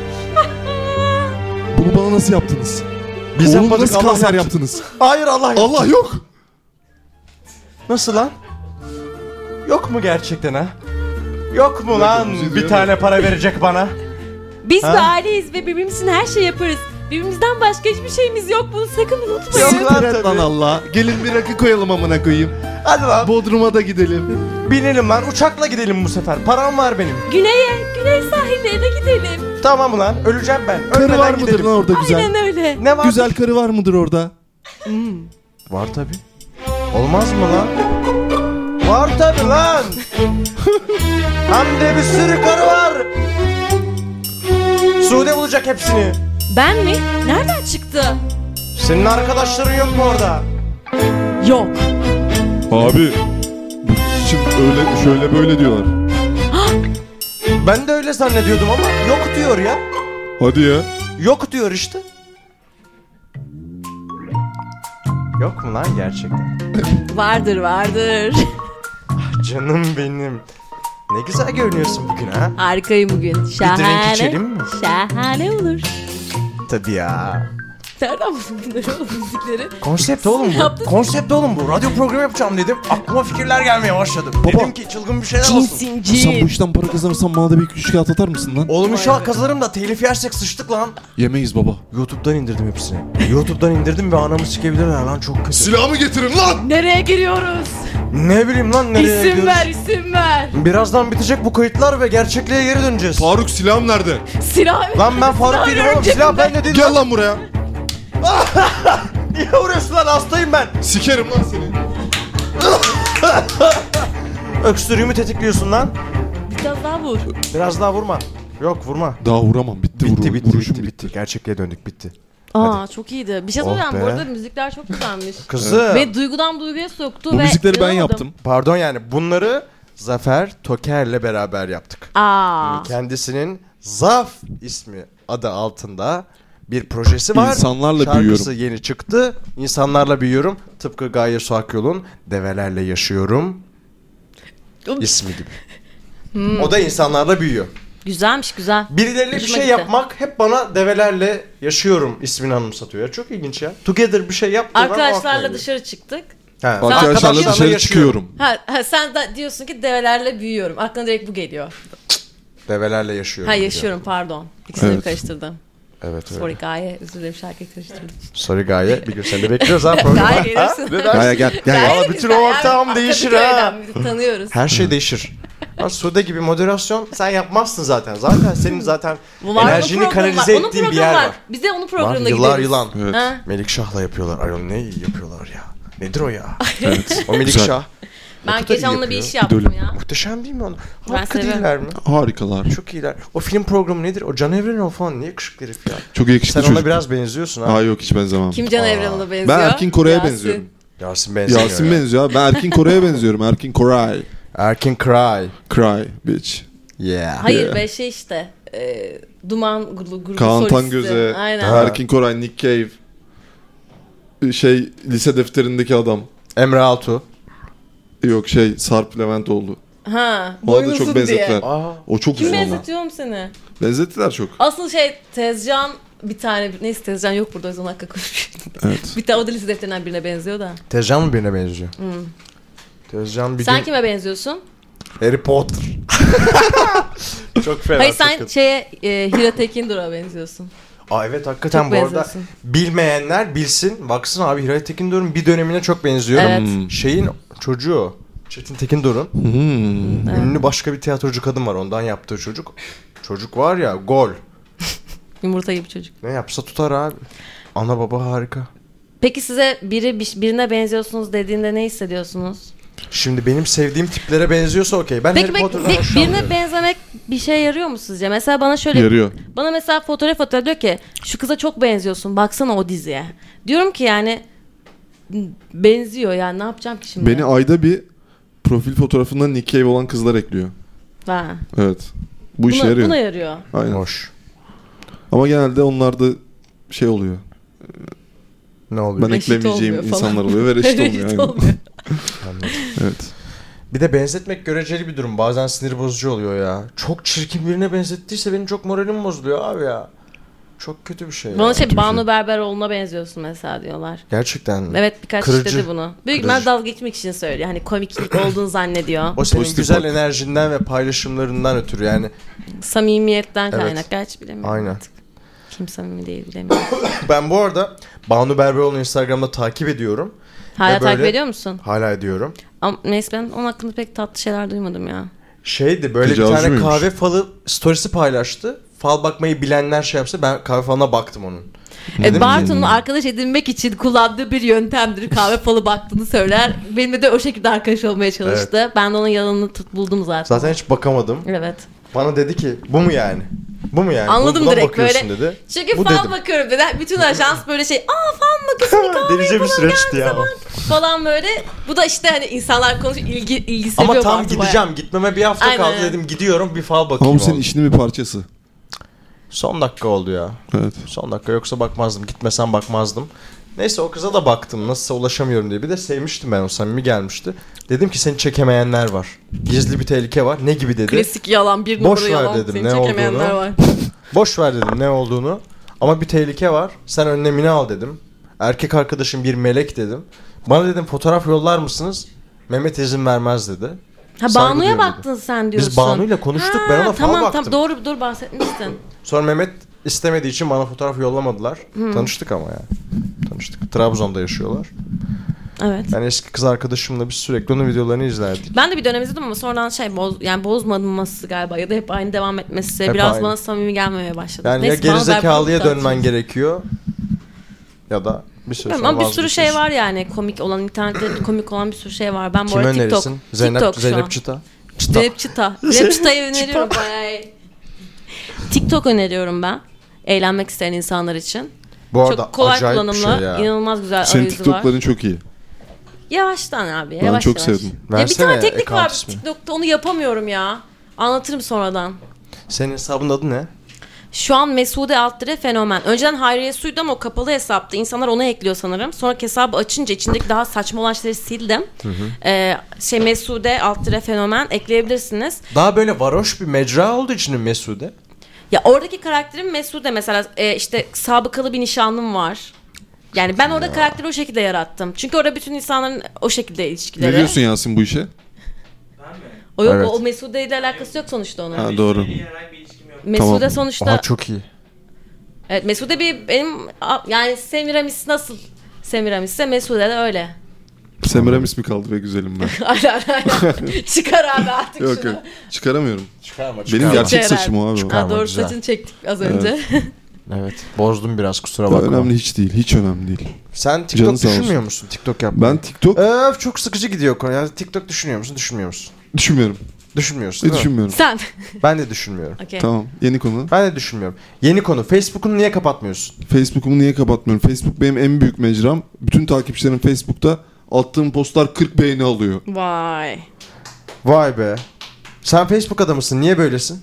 Bunu bana nasıl yaptınız? Biz Oğlum yapmadık, nasıl Allah kanser yaptı. yaptınız? Hayır Allah yaptı. Allah yok. Nasıl lan? Yok mu gerçekten ha? Yok mu lan bizi bir duyamıyor. tane para verecek bana? Biz Ha? bir aileyiz ve birbirimizin her şeyi yaparız. Birbirimizden başka hiçbir şeyimiz yok. Bunu sakın unutmayın. Yok lan Siktir et lan tabii. Allah. Gelin bir rakı koyalım amına koyayım. Hadi lan. Bodrum'a da gidelim. Binelim lan, uçakla gidelim bu sefer. Param var benim. Güney sahillerine gidelim. Tamam lan, öleceğim ben. Karı Ölmeden var mıdır gidelim. lan orada güzel? Aynen öyle. Ne var? Güzel karı var mıdır orada? Var tabi. Olmaz mı lan? Var tabi lan. Hem de bir sürü karı var. Sude bulacak hepsini. Ben mi? Nereden çıktı? Senin arkadaşların yok mu orada? Yok. Abi. Bu için öyle şöyle böyle diyorlar. Ben de öyle zannediyordum ama yok diyor ya. Hadi ya. Yok diyor işte. Yok mu lan gerçekten? Vardır. Canım benim. Ne güzel görünüyorsun bugün ha. Harikayım bugün. drink Şahane. içelim mi? Şahane olur. Tabii ya. Nereden buldun bunları, o müzikleri? Konsept oğlum bu. Yaptın. Konsept oğlum bu. Radyo programı yapacağım dedim. Aklıma fikirler gelmeye başladı. Dedim ki çılgın bir şeyler olsun. Cinsin Sen bu cin. işten para kazanırsan bana da bir 2-3 kağıt atar mısın lan? Oğlum inşallah kazanırım da telif yersek sıçtık lan. Yemeyiz baba. YouTube'dan indirdim hepsini. YouTube'dan indirdim ve anamı sikebilirler lan, çok kötü. Silahımı getirin lan! Nereye giriyoruz? Ne bileyim lan nereye İsim gidiyoruz? ver, isim ver. Birazdan bitecek bu kayıtlar ve gerçekliğe geri döneceğiz. Faruk silahım nerede? Silah. Lan ben Faruk değilim oğlum, silah bende değil. Gel lan buraya. Niye vuruyorsun lan, hastayım ben. Sikerim lan seni. Öksürüğümü tetikliyorsun lan. Biraz daha vur. Biraz daha vurma. Yok vurma. Daha vuramam. Bitti vuruşum bitti. Gerçekliğe döndük, bitti. Aa çok iyiydi. Bir şey Oh söyleyeceğim. be. Bu arada müzikler çok güzelmiş. Kızım. Ve duygudan duyguya soktu. Bu ve müzikleri ben inanamadım. yaptım. Pardon yani bunları Zafer Toker'le beraber yaptık. Aa. Kendisinin Zaf ismi adı altında bir projesi var. İnsanlarla Şarkısı büyüyorum. yeni çıktı. İnsanlarla büyüyorum. Tıpkı Gaye Su Akyol'un Develerle Yaşıyorum ismi gibi. O da insanlarla büyüyor. Güzelmiş, güzel. Birileriyle bir Hoşuma şey gitti. yapmak hep bana Develerle Yaşıyorum ismini anımsatıyor. Ya çok ilginç ya. Together bir şey yaptığım an o aklıma Arkadaşlarla geliyor. dışarı çıktık. Ha, Arkadaşlarla dışarı yaşıyorum. çıkıyorum. Ha, sen de diyorsun ki develerle büyüyorum. Aklına direkt bu geliyor. Develerle yaşıyorum. Ha diyor. yaşıyorum, pardon. İkisini Evet. karıştırdım. Evet evet. Sorry Gaye, özür dilerim, şarkıyı karıştırdım. Sorry Gaye. Bir gün seni de bekliyoruz ha programa. Gaye gelirsin. Gel gel. Aa, bütün o ortam değişir ha. Kadıköy'den tanıyoruz. Her şey değişir. Ama Sude gibi moderasyon sen yapmazsın zaten. Zaten senin zaten Bu var, enerjini onun programı kanalize var. Onun ettiğin bir programı yer var. Bize onun Var programına yıllar gideriz. yılan. Evet. Ha? Melikşah'la yapıyorlar. Ayol ne iyi yapıyorlar ya. Nedir o ya? Evet. O Melikşah. Ben kadar iyi geçen onunla bir yapıyor. iş yaptım İdolüm. ya. Muhteşem değil mi onu? Ben Harika severim. değiller mi? Harikalar. Çok iyiler. O film programı nedir? O Can Evrenol falan ne yakışıklı herif ya. Çok yakışıklı Sen çocuk. ona biraz benziyorsun ha. Aa yok hiç benzemem. Kim Can Evren'e benziyor? Ben Erkin Koray'a Yasin. benziyorum. Yasin benziyor. Yasin ya. benziyor abi. Ben Erkin Koray'a benziyorum. Erkin Koray. Erkin Cry. Cry bitch. Yeah. Hayır Yeah. be şey işte. Duman grubu Kaan solisti. Tangöze. Aynen. Ha. Erkin Koray, Nick Cave. Lise defterindeki adam. Emre Altuğ. Yok Sarp Leventoğlu. Ha. Ona da boynuzun çok diye. benzettiler. Aa. O çok Kim uzun ona. benzetiyorum seni? Benzettiler çok. Asıl Tezcan bir tane, neyse Tezcan yok burada o yüzden hakika konuşuyorum. Evet. Bir tane o da lise defterinden birine benziyor da. Tezcan mı birine benziyor? Tezcan bir Sen gün... kime benziyorsun? Harry Potter. Çok fena. Hayır çok sen kötü. Hira Tekindor'a benziyorsun. Aa evet hakikaten Çok bu arada benziyorsun. bilmeyenler bilsin. Baksana abi Hiray Tekindor'un bir dönemine çok benziyor. Evet. Şeyin çocuğu. Çetin Tekindor'un ünlü başka bir tiyatrocu kadın var. Ondan yaptığı çocuk. Çocuk var ya, gol. Yumurta gibi çocuk. Ne yapsa tutar abi. Ana baba harika. Peki size birine benziyorsunuz dediğinde ne hissediyorsunuz? Şimdi benim sevdiğim tiplere benziyorsa okey. Ben Peki Harry Potter'dan hoşlanmıyorum. birine benzemek bir şey yarıyor mu sizce? Mesela bana şöyle... Yarıyor. Bana mesela fotoğraf atıyor, diyor ki şu kıza çok benziyorsun, baksana o diziye. Diyorum ki yani benziyor yani, ne yapacağım ki şimdi? Beni ayda bir profil fotoğrafında Nick Cave olan kızlar ekliyor. Ha. Evet. Bu işe yarıyor. Buna yarıyor. Aynen. Hoş. Ama genelde onlarda şey oluyor. Ne oluyor? Ben Reşit eklemeyeceğim olmuyor falan. insanlar oluyor ve reşit olmuyor. Reşit Aynen. olmuyor. Anladım. Evet. Bir de benzetmek göreceli bir durum. Bazen sinir bozucu oluyor ya. Çok çirkin birine benzettiyse benim çok moralim bozuluyor abi ya. Çok kötü bir şey. Bana ya. şey, Banu Berberoğlu'na benziyorsun mesela diyorlar. Gerçekten mi? Evet, birkaç Kırıcı. kişi dedi bunu. Büyük ihtimal dalga geçmek için söylüyor. Hani komiklik olduğunu zannediyor. O senin Pozitif güzel bak. enerjinden ve paylaşımlarından ötürü yani. Samimiyetten Evet. kaynak. Gerçi bilemiyorum Aynen. artık. Kim samimi değil bilemiyorum. Ben bu arada Banu Berberoğlu'nu Instagram'da takip ediyorum. Hala Ve böyle- takip ediyor musun? Hala ediyorum. Ama neyse, ben onun hakkında pek tatlı şeyler duymadım ya. Şeydi, böyle bir Tecavüzcü tane müymüş? kahve falı storiesi paylaştı. Fal bakmayı bilenler şey yapsa, ben kahve falına baktım onun. Dedim ki, Bartu'nun arkadaş edinmek için kullandığı bir yöntemdir. Kahve falı baktığını söyler. Benimle de o şekilde arkadaş olmaya çalıştı. Ben de onun yalanını buldum zaten. zaten hiç bakamadım. Evet. Bana dedi ki bu mu yani? Bu mu yani? Anladım Buna direkt bakıyorsun böyle. dedi. Çünkü Bu fal dedim. bakıyorum dedi. Bütün ajans böyle şey, fal mı kızım, bir kahve Delice bir süreçti ya. falan böyle. Bu da işte hani insanlar konuşuyor, ilgi seviyor. Ama tam Bartu gideceğim. bayağı. Gitmeme bir hafta Aynen. kaldı, dedim gidiyorum bir fal Ama bakayım. bu senin oldu. işinin bir parçası. Son dakika oldu ya. Evet. Son dakika, yoksa bakmazdım. Gitmesem bakmazdım. Neyse, o kıza da baktım. Nasılsa ulaşamıyorum diye. Bir de sevmiştim ben, o samimi gelmişti. Dedim ki seni çekemeyenler var. Gizli bir tehlike var. Ne gibi dedi. Klasik yalan, bir Boş numara ver yalan. dedim, Seni ne çekemeyenler olduğunu. var. Boş ver dedim ne olduğunu. Ama bir tehlike var. Sen önlemini al dedim. Erkek arkadaşım bir melek dedim. Bana dedim fotoğraf yollar mısınız? Mehmet izin vermez dedi. Ha, Saygı Banu'ya duyuyorum baktın sen diyorsun. Biz Banu'yla konuştuk, ben ona fal tamam, baktım. Tamam, doğru bahsetmiştin. Sonra Mehmet istemediği için bana fotoğraf yollamadılar. Tanıştık ama yani. Tanıştık. Trabzon'da yaşıyorlar. Evet. Ben eski kız arkadaşımla biz sürekli onun videolarını izlerdik. Ben de bir dönem izledim ama sonradan bozmaması galiba ya da hep aynı devam etmesi Hep biraz aynı. bana samimi gelmemeye başladı. Yani Neyse, ya Banu gerizekalıya Berberoğlu dönmen gerekiyor ya da bir süre sonra ama bir sürü şey vazgeçiyorsun. var yani, komik olan, internette komik olan bir sürü şey var. Ben bu Kim arada önerirsin? TikTok şu an. Zeynep Çıta. Zeynep Çıta. Zeynep Çıta'yı öneriyorum bayağı. TikTok öneriyorum ben. Eğlenmek isteyen insanlar için. Bu arada Çok kolay acayip bir kullanımlı, şey ya. inanılmaz güzel Senin arayüzü var. TikTok'ların çok iyi. Yavaştan abi. Ben Yavaş çok yavaş. sevdim. Ya bir Versene tane teknik account var ismi. TikTok'ta, onu yapamıyorum ya. Anlatırım sonradan. Senin hesabın adı ne? Şu an Mesude Alttire Fenomen. Önceden Hayriye Su'ydu ama o kapalı hesaptı. İnsanlar onu ekliyor sanırım. Sonra hesabı açınca içindeki daha saçma olan şeyleri sildim. Mesude Alttire Fenomen ekleyebilirsiniz. Daha böyle varoş bir mecra olduğu için mi Mesude? Ya oradaki karakterim Mesude mesela, işte sabıkalı bir nişanlım var. Yani ben orada karakteri o şekilde yarattım. Çünkü orada bütün insanların o şekilde ilişkileri. Ne diyorsun Yasin bu işe? O yok, Evet. o Mesude ile alakası yok sonuçta onun. Ha, doğru. Mesude Tamam. sonuçta. Aha çok iyi. Evet, Mesude benim yani Semiramis nasıl Semiramis'se Mesude de öyle. Semiramis mi kaldı be güzelim ben? Aynen. Çıkar abi artık Yok şunu. yok. Çıkaramıyorum. Çıkarma Benim gerçek Ceren. saçım o abi. o. Çıkar. Ha, doğru, güzel. saçını çektik az önce. Evet. Bozdum biraz, kusura Ya bakma. önemli hiç değil. Hiç önemli değil. Sen Canı TikTok sağ olsun. düşünmüyor musun? TikTok yapmayı. Ben TikTok Öf, çok sıkıcı gidiyor konu. Yani TikTok düşünüyor musun? Düşünmüyor musun? düşünmüyorum. Düşünmüyorsun Ne değil mi? düşünmüyorum. Sen. Ben de düşünmüyorum. Okay. Tamam. Yeni konu. Ben de düşünmüyorum. Yeni konu. Facebook'unu niye kapatmıyorsun? Facebook'umu niye kapatmıyorum? Facebook benim en büyük mecram. Bütün takipçilerim Facebook'ta. Attığım postlar 40 beğeni alıyor. Vay. Vay be. Sen Facebook adamısın. Niye böylesin?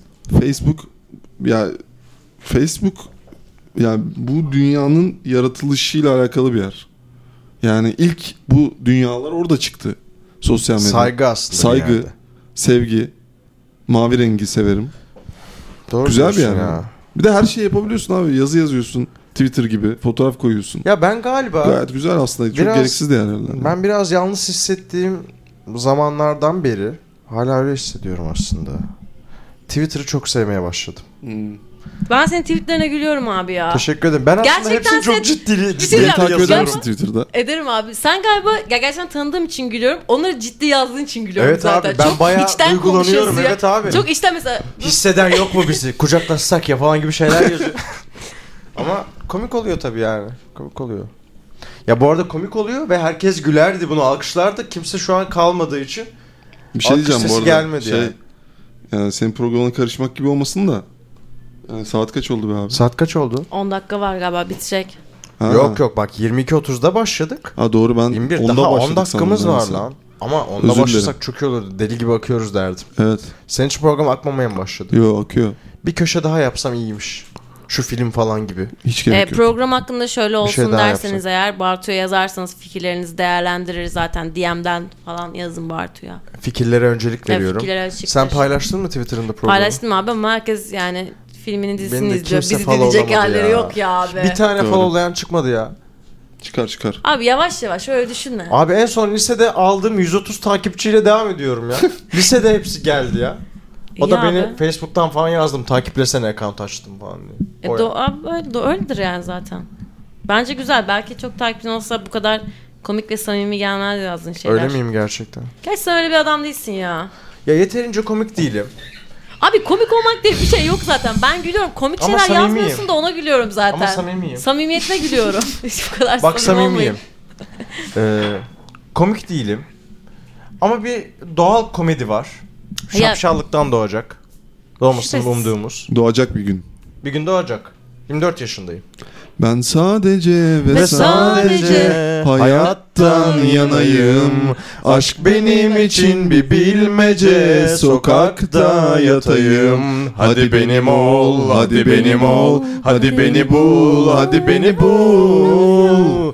Facebook yani bu dünyanın yaratılışıyla alakalı bir yer. Yani ilk bu dünyalar orada çıktı. Sosyal medya. Saygı aslında. Saygı, bir yerde. sevgi, mavi rengi severim. Doğru Güzel bir yer. diyorsun Ya. Bir de her şeyi yapabiliyorsun abi. Yazı yazıyorsun, Twitter gibi, fotoğraf koyuyorsun. Ya ben galiba Gayet güzel aslında. Çok Biraz- gereksiz de yerler. ben biraz yalnız hissettiğim zamanlardan beri hala öyle hissediyorum aslında. Twitter'ı çok sevmeye başladım. Ben senin tweetlerine gülüyorum abi ya. Teşekkür ederim. Ben aslında Gerçekten hepsini çok sen- ciddi Beni takip eder yazıyorum. misin Twitter'da? Ederim abi. Sen galiba ya gerçekten tanıdığım için gülüyorum. Onları ciddi yazdığın için gülüyorum Evet zaten. abi, ben çok bayağı içten duygulanıyorum, konuşuyorsun ya. evet abi. Çok içten mesela. Hisseden yok mu bizi? Kucaklaşsak ya falan gibi şeyler yazıyor. Ama komik oluyor tabii yani. Komik oluyor. Ya bu arada komik oluyor ve herkes gülerdi, bunu alkışlardı. Kimse şu an kalmadığı için Bir şey alkış diyeceğim bu sesi arada. gelmedi yani. Yani senin programına karışmak gibi olmasın da. Yani saat kaç oldu be abi? Saat kaç oldu? 10 dakika var galiba bitecek. Ha. Yok bak 22.30'da başladık. Ha doğru, ben 21 onda daha 10 başladık dakikamız sandım var neyse. lan. Ama onda Özür başlasak dilerim. çok iyi olurdu. Deli gibi akıyoruz derdim. Evet. Senin için program akmamaya mı başladı? Yo, akıyor. Bir köşe daha yapsam iyiymiş. Şu film falan gibi. Hiç gerek yok. Program hakkında şöyle şey olsun daha derseniz yapsak. eğer Bartu'ya yazarsanız fikirlerinizi değerlendirir zaten. DM'den falan yazın Bartu'ya. Fikirlere öncelik veriyorum. fikirlere açıktır. Sen paylaştın mı Twitter'ında programı? Paylaştım abi ama herkes yani filminin dizisini Beni de izliyor. kimse Bizi followlamadı dinleyecek halleri ya. yok ya abi. Bir tane Doğru. followlayan çıkmadı ya. Çıkar. Abi yavaş yavaş öyle düşünme. Abi en son lisede aldığım 130 takipçiyle devam ediyorum ya. Lisede hepsi geldi ya. O İyi da abi. beni Facebook'tan falan yazdım. Takiplesene, account açtım falan diye. O ya. Abi öyledir yani zaten. Bence güzel. Belki çok takipçin olsa bu kadar komik ve samimi gelmez yazdığın şeyler. Öyle miyim gerçekten? Gerçi sen öyle bir adam değilsin ya. Ya yeterince komik değilim. Abi komik olmak diye bir şey yok zaten. Ben gülüyorum. Komik Ama şeyler samimiyim. yazmıyorsun da ona gülüyorum zaten. Ama samimiyim. Samimiyetine gülüyorum. Hiç bu kadar Bak samimi olmayın. samimiyim. Komik değilim. Ama bir doğal komedi var. Ya- Şapşallıktan doğacak. Doğmasını Şüphesiz. umduğumuz. Doğacak bir gün. Bir gün doğacak. 24 yaşındayım. Ben sadece Ve sadece hayattan yanayım. Aşk benim için bir bilmece. Sokakta yatayım. Hadi benim ol, hadi benim ol. Hadi beni bul, hadi beni bul.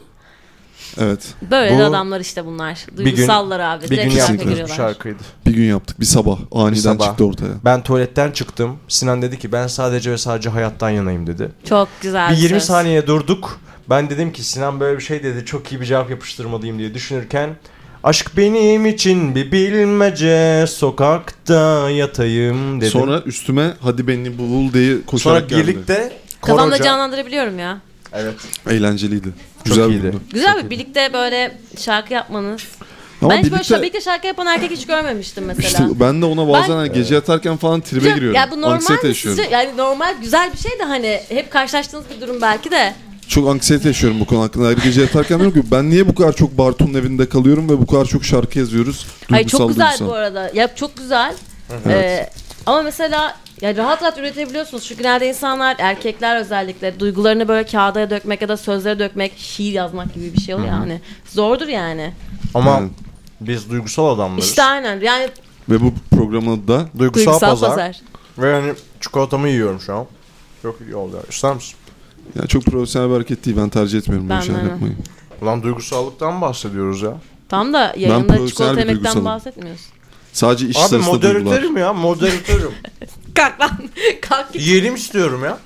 Evet. Böyle Bu- de adamlar işte bunlar. Duygusallar abi. Bir gün Direkt şarkı yaptığımız bir giriyorlar. şarkıydı. Bir gün yaptık, bir sabah. Aniden sabah. çıktı ortaya. Ben tuvaletten çıktım. Sinan dedi ki ben sadece ve sadece hayattan yanayım dedi. Çok güzel Bir 20 söz. saniye durduk. Ben dedim ki Sinan böyle bir şey dedi. Çok iyi bir cevap yapıştırmalıyım diye düşünürken aşk benim için bir bilmece, sokakta yatayım dedim. Sonra üstüme hadi beni bul diye Sonra koşarak geldi. birlikte Kafamda koroca... canlandırabiliyorum ya. Evet. Eğlenceliydi. Çok Güzel bir iyiydi. gündü. Güzel bir birlikte böyle şarkı yapmanız. Ama ben hiç böyle birlikte- birlikte şarkı yapan erkek hiç görmemiştim mesela. İşte ben de ona bazen Ben- hani gece yatarken falan tribe Biliyorum, giriyorum. ya bu normal Anksiyete mi yaşıyorum. sizce? Yani normal güzel bir şey de hani hep karşılaştığınız bir durum belki de. Çok anksiyete yaşıyorum bu konu hakkında. Her gece yatarken diyorum ki ben niye bu kadar çok Bartu'nun evinde kalıyorum ve bu kadar çok şarkı yazıyoruz. Hayır çok güzel duygusal. bu arada. Ya çok güzel. Evet. Ama mesela ya rahat rahat üretebiliyorsunuz. Çünkü genelde insanlar, erkekler özellikle duygularını böyle kağıda dökmek ya da sözlere dökmek, şiir yazmak gibi bir şey oluyor yani. Zordur yani. Ama Evet. biz duygusal adamlarız. İşte aynen. Yani Ve bu programın adı da duygusal, duygusal pazar. Ve yani çikolatamı yiyorum şu an. Çok iyi oldu. İster misin? yani çok profesyonel bir hareket değil. Ben tercih etmiyorum Ben böyle şeyler de. yapmayı. Ulan duygusallıktan bahsediyoruz ya. Tam da yayında profesyonel çikolata bir yemekten duygusalım. bahsetmiyorsun. Sadece iş Abi sırasında duygular. moderatörüm ya, moderatörüm. Kalk lan. Kalk git. Yiyelim istiyorum ya.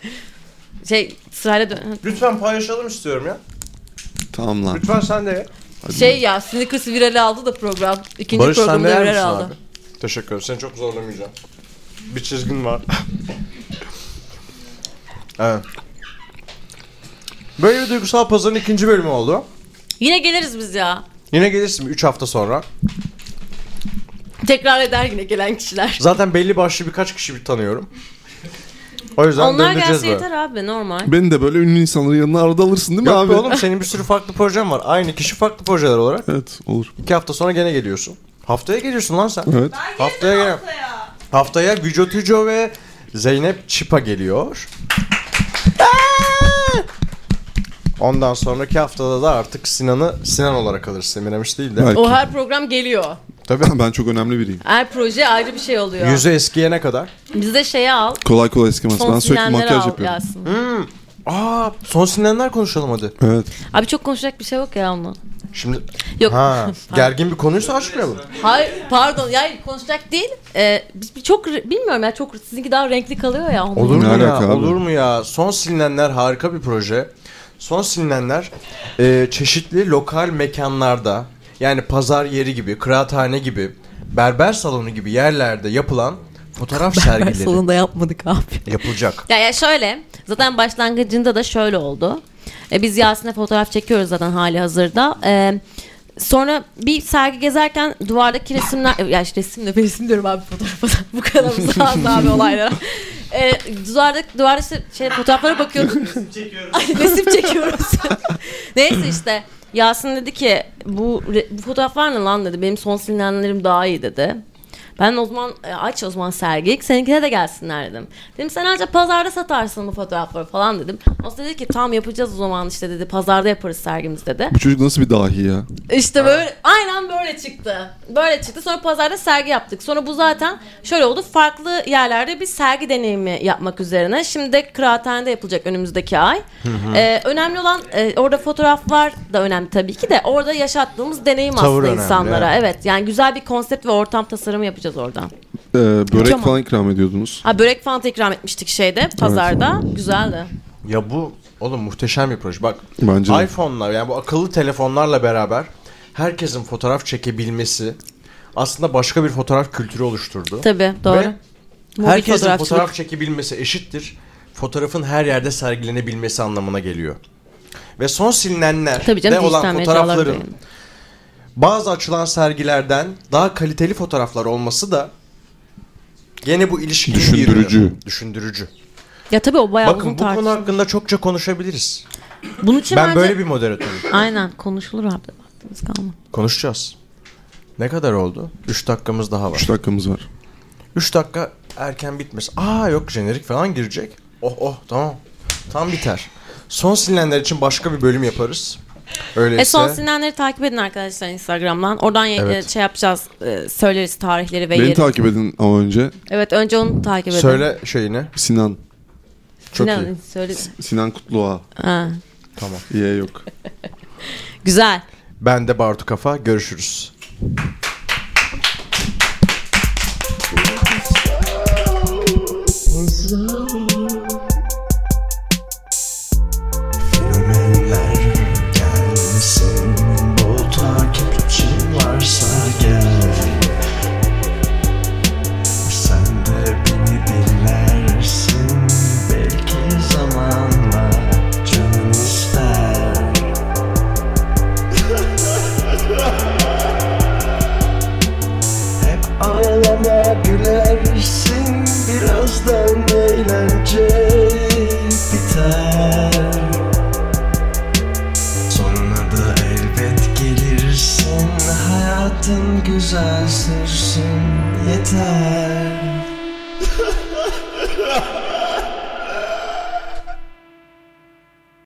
Sırayla dön. Lütfen paylaşalım istiyorum ya. Tamam lan. Lütfen sen de ye. Ya Snickers viral aldı da program. İkinci Barış sen de programda yer viral misin aldı. abi? Teşekkür ederim. Seni çok zorlamayacağım. Bir çizgin var. Evet. Böyle bir duygusal pazarın ikinci bölümü oldu. Yine geliriz biz ya. Yine gelirsin 3 hafta sonra. Tekrar eder yine gelen kişiler. Zaten belli başlı birkaç kişi tanıyorum. O yüzden Onlar döndüreceğiz gelse böyle. yeter abi normal. Beni de böyle ünlü insanların yanına arada alırsın değil mi Yok abi? be oğlum, senin bir sürü farklı projen var. Aynı kişi farklı projeler olarak. Evet olur. 2 hafta sonra gene geliyorsun. Haftaya geliyorsun lan sen. Evet. Haftaya Güco Tüco ve Zeynep Çipa geliyor. Ondan sonraki haftada da artık Sinan'ı Sinan olarak alırız. Semiramis değil de. Belki. O her program geliyor. Tabii. Ben çok önemli biriyim. Her proje ayrı bir şey oluyor. Yüzü eskiyene kadar. Bizde şeye al. Kolay kolay eskimez. Son Ben sürekli silenleri makyaj al yapıyorum. Yasin. Son sinirlenenler konuşalım hadi. Evet. Abi çok konuşacak bir şey yok ya onunla. Şimdi Yok. ha, gergin bir konuysa açmayalım. Hayır pardon ya konuşacak değil. Biz çok bilmiyorum ya çok sizinki daha renkli kalıyor ya. ondan. Olur mu Ne ya? alaka abi? Olur mu ya? Son Silinenler harika bir proje. Son Silinenler çeşitli lokal mekanlarda, yani pazar yeri gibi, kıraathane gibi, berber salonu gibi yerlerde yapılan fotoğraf sergileri Sonunda yapmadık abi. yapılacak. Ya şöyle, zaten başlangıcında da şöyle oldu. Biz Yasin'le fotoğraf çekiyoruz zaten hali hazırda. Sonra bir sergi gezerken duvardaki resimler, ya işte resim diyorum abi, fotoğrafa bu kadar uzağız abi olaylara. Duvarda işte fotoğraflara bakıyoruz. Resim çekiyoruz. Neyse işte Yasin dedi ki bu fotoğraflar ne lan dedi. Benim son silinenlerim daha iyi dedi. Ben o zaman aç o zaman sergi. Seninkine de gelsinler dedim. Dedim sen ancak pazarda satarsın bu fotoğrafları falan dedim. O dedi ki tamam yapacağız o zaman işte dedi. Pazarda yaparız sergimiz dedi. Bu çocuk nasıl bir dahi ya? İşte böyle aynen böyle çıktı. Böyle çıktı. Sonra pazarda sergi yaptık. Sonra bu zaten şöyle oldu. Farklı yerlerde bir sergi deneyimi yapmak üzerine. Şimdi de Kıraathane'de yapılacak önümüzdeki ay. Önemli olan orada fotoğraflar da önemli tabii ki de. Orada yaşattığımız deneyim Tavır aslında önemli, insanlara. evet. Evet yani güzel bir konsept ve ortam tasarımı yapacağız oradan. Börek Tamam. falan ikram ediyordunuz. Ha börek falan da ikram etmiştik şeyde pazarda. Güzeldi. Ya bu oğlum muhteşem bir proje. Bak Bence de. iPhone'lar yani bu akıllı telefonlarla beraber herkesin fotoğraf çekebilmesi aslında başka bir fotoğraf kültürü oluşturdu. Tabii doğru. Ve Mobil herkesin fotoğrafçılık. fotoğraf çekebilmesi eşittir fotoğrafın her yerde sergilenebilmesi anlamına geliyor. Ve son silinenler Tabii canım, ve olan dijital mecralar fotoğrafların değil. bazı açılan sergilerden daha kaliteli fotoğraflar olması da gene bu ilişkinin Düşündürücü. bir ürünü. Düşündürücü. Ya tabii o bayağı Bakın uzun bu konu tartışma. hakkında çokça konuşabiliriz. Bunun için Ben bence... böyle bir moderatörüm. Aynen konuşulur abi. Vaktimiz kalmadı. Konuşacağız. Ne kadar oldu? 3 dakikamız daha var. 3 dakikamız var. 3 dakika erken bitmez. Yok jenerik falan girecek. Tamam. Tam biter. Son silinenler için başka bir bölüm yaparız. Öyleyse. Son silinenleri takip edin arkadaşlar Instagram'dan. Oradan Evet. şey yapacağız. Söyleriz tarihleri ve Beni yeri. takip edin ama önce. Evet önce onu takip edin. Söyle şeyini. Sinan. Çok Sinan, iyi. Söyle. Sinan Kutluağa. Ha. Tamam. İyi yok. Güzel. Ben de Bartu Kafa. Görüşürüz. Fenomenler gelmesin, bol takipçin varsa gel. Sen de beni dinlersin, belki zamanla canın ister. Hep ağlama gülersin, birazdan eğlence biter. Sonuna da elbet gelirsin, hayatın güzel sürsün yeter.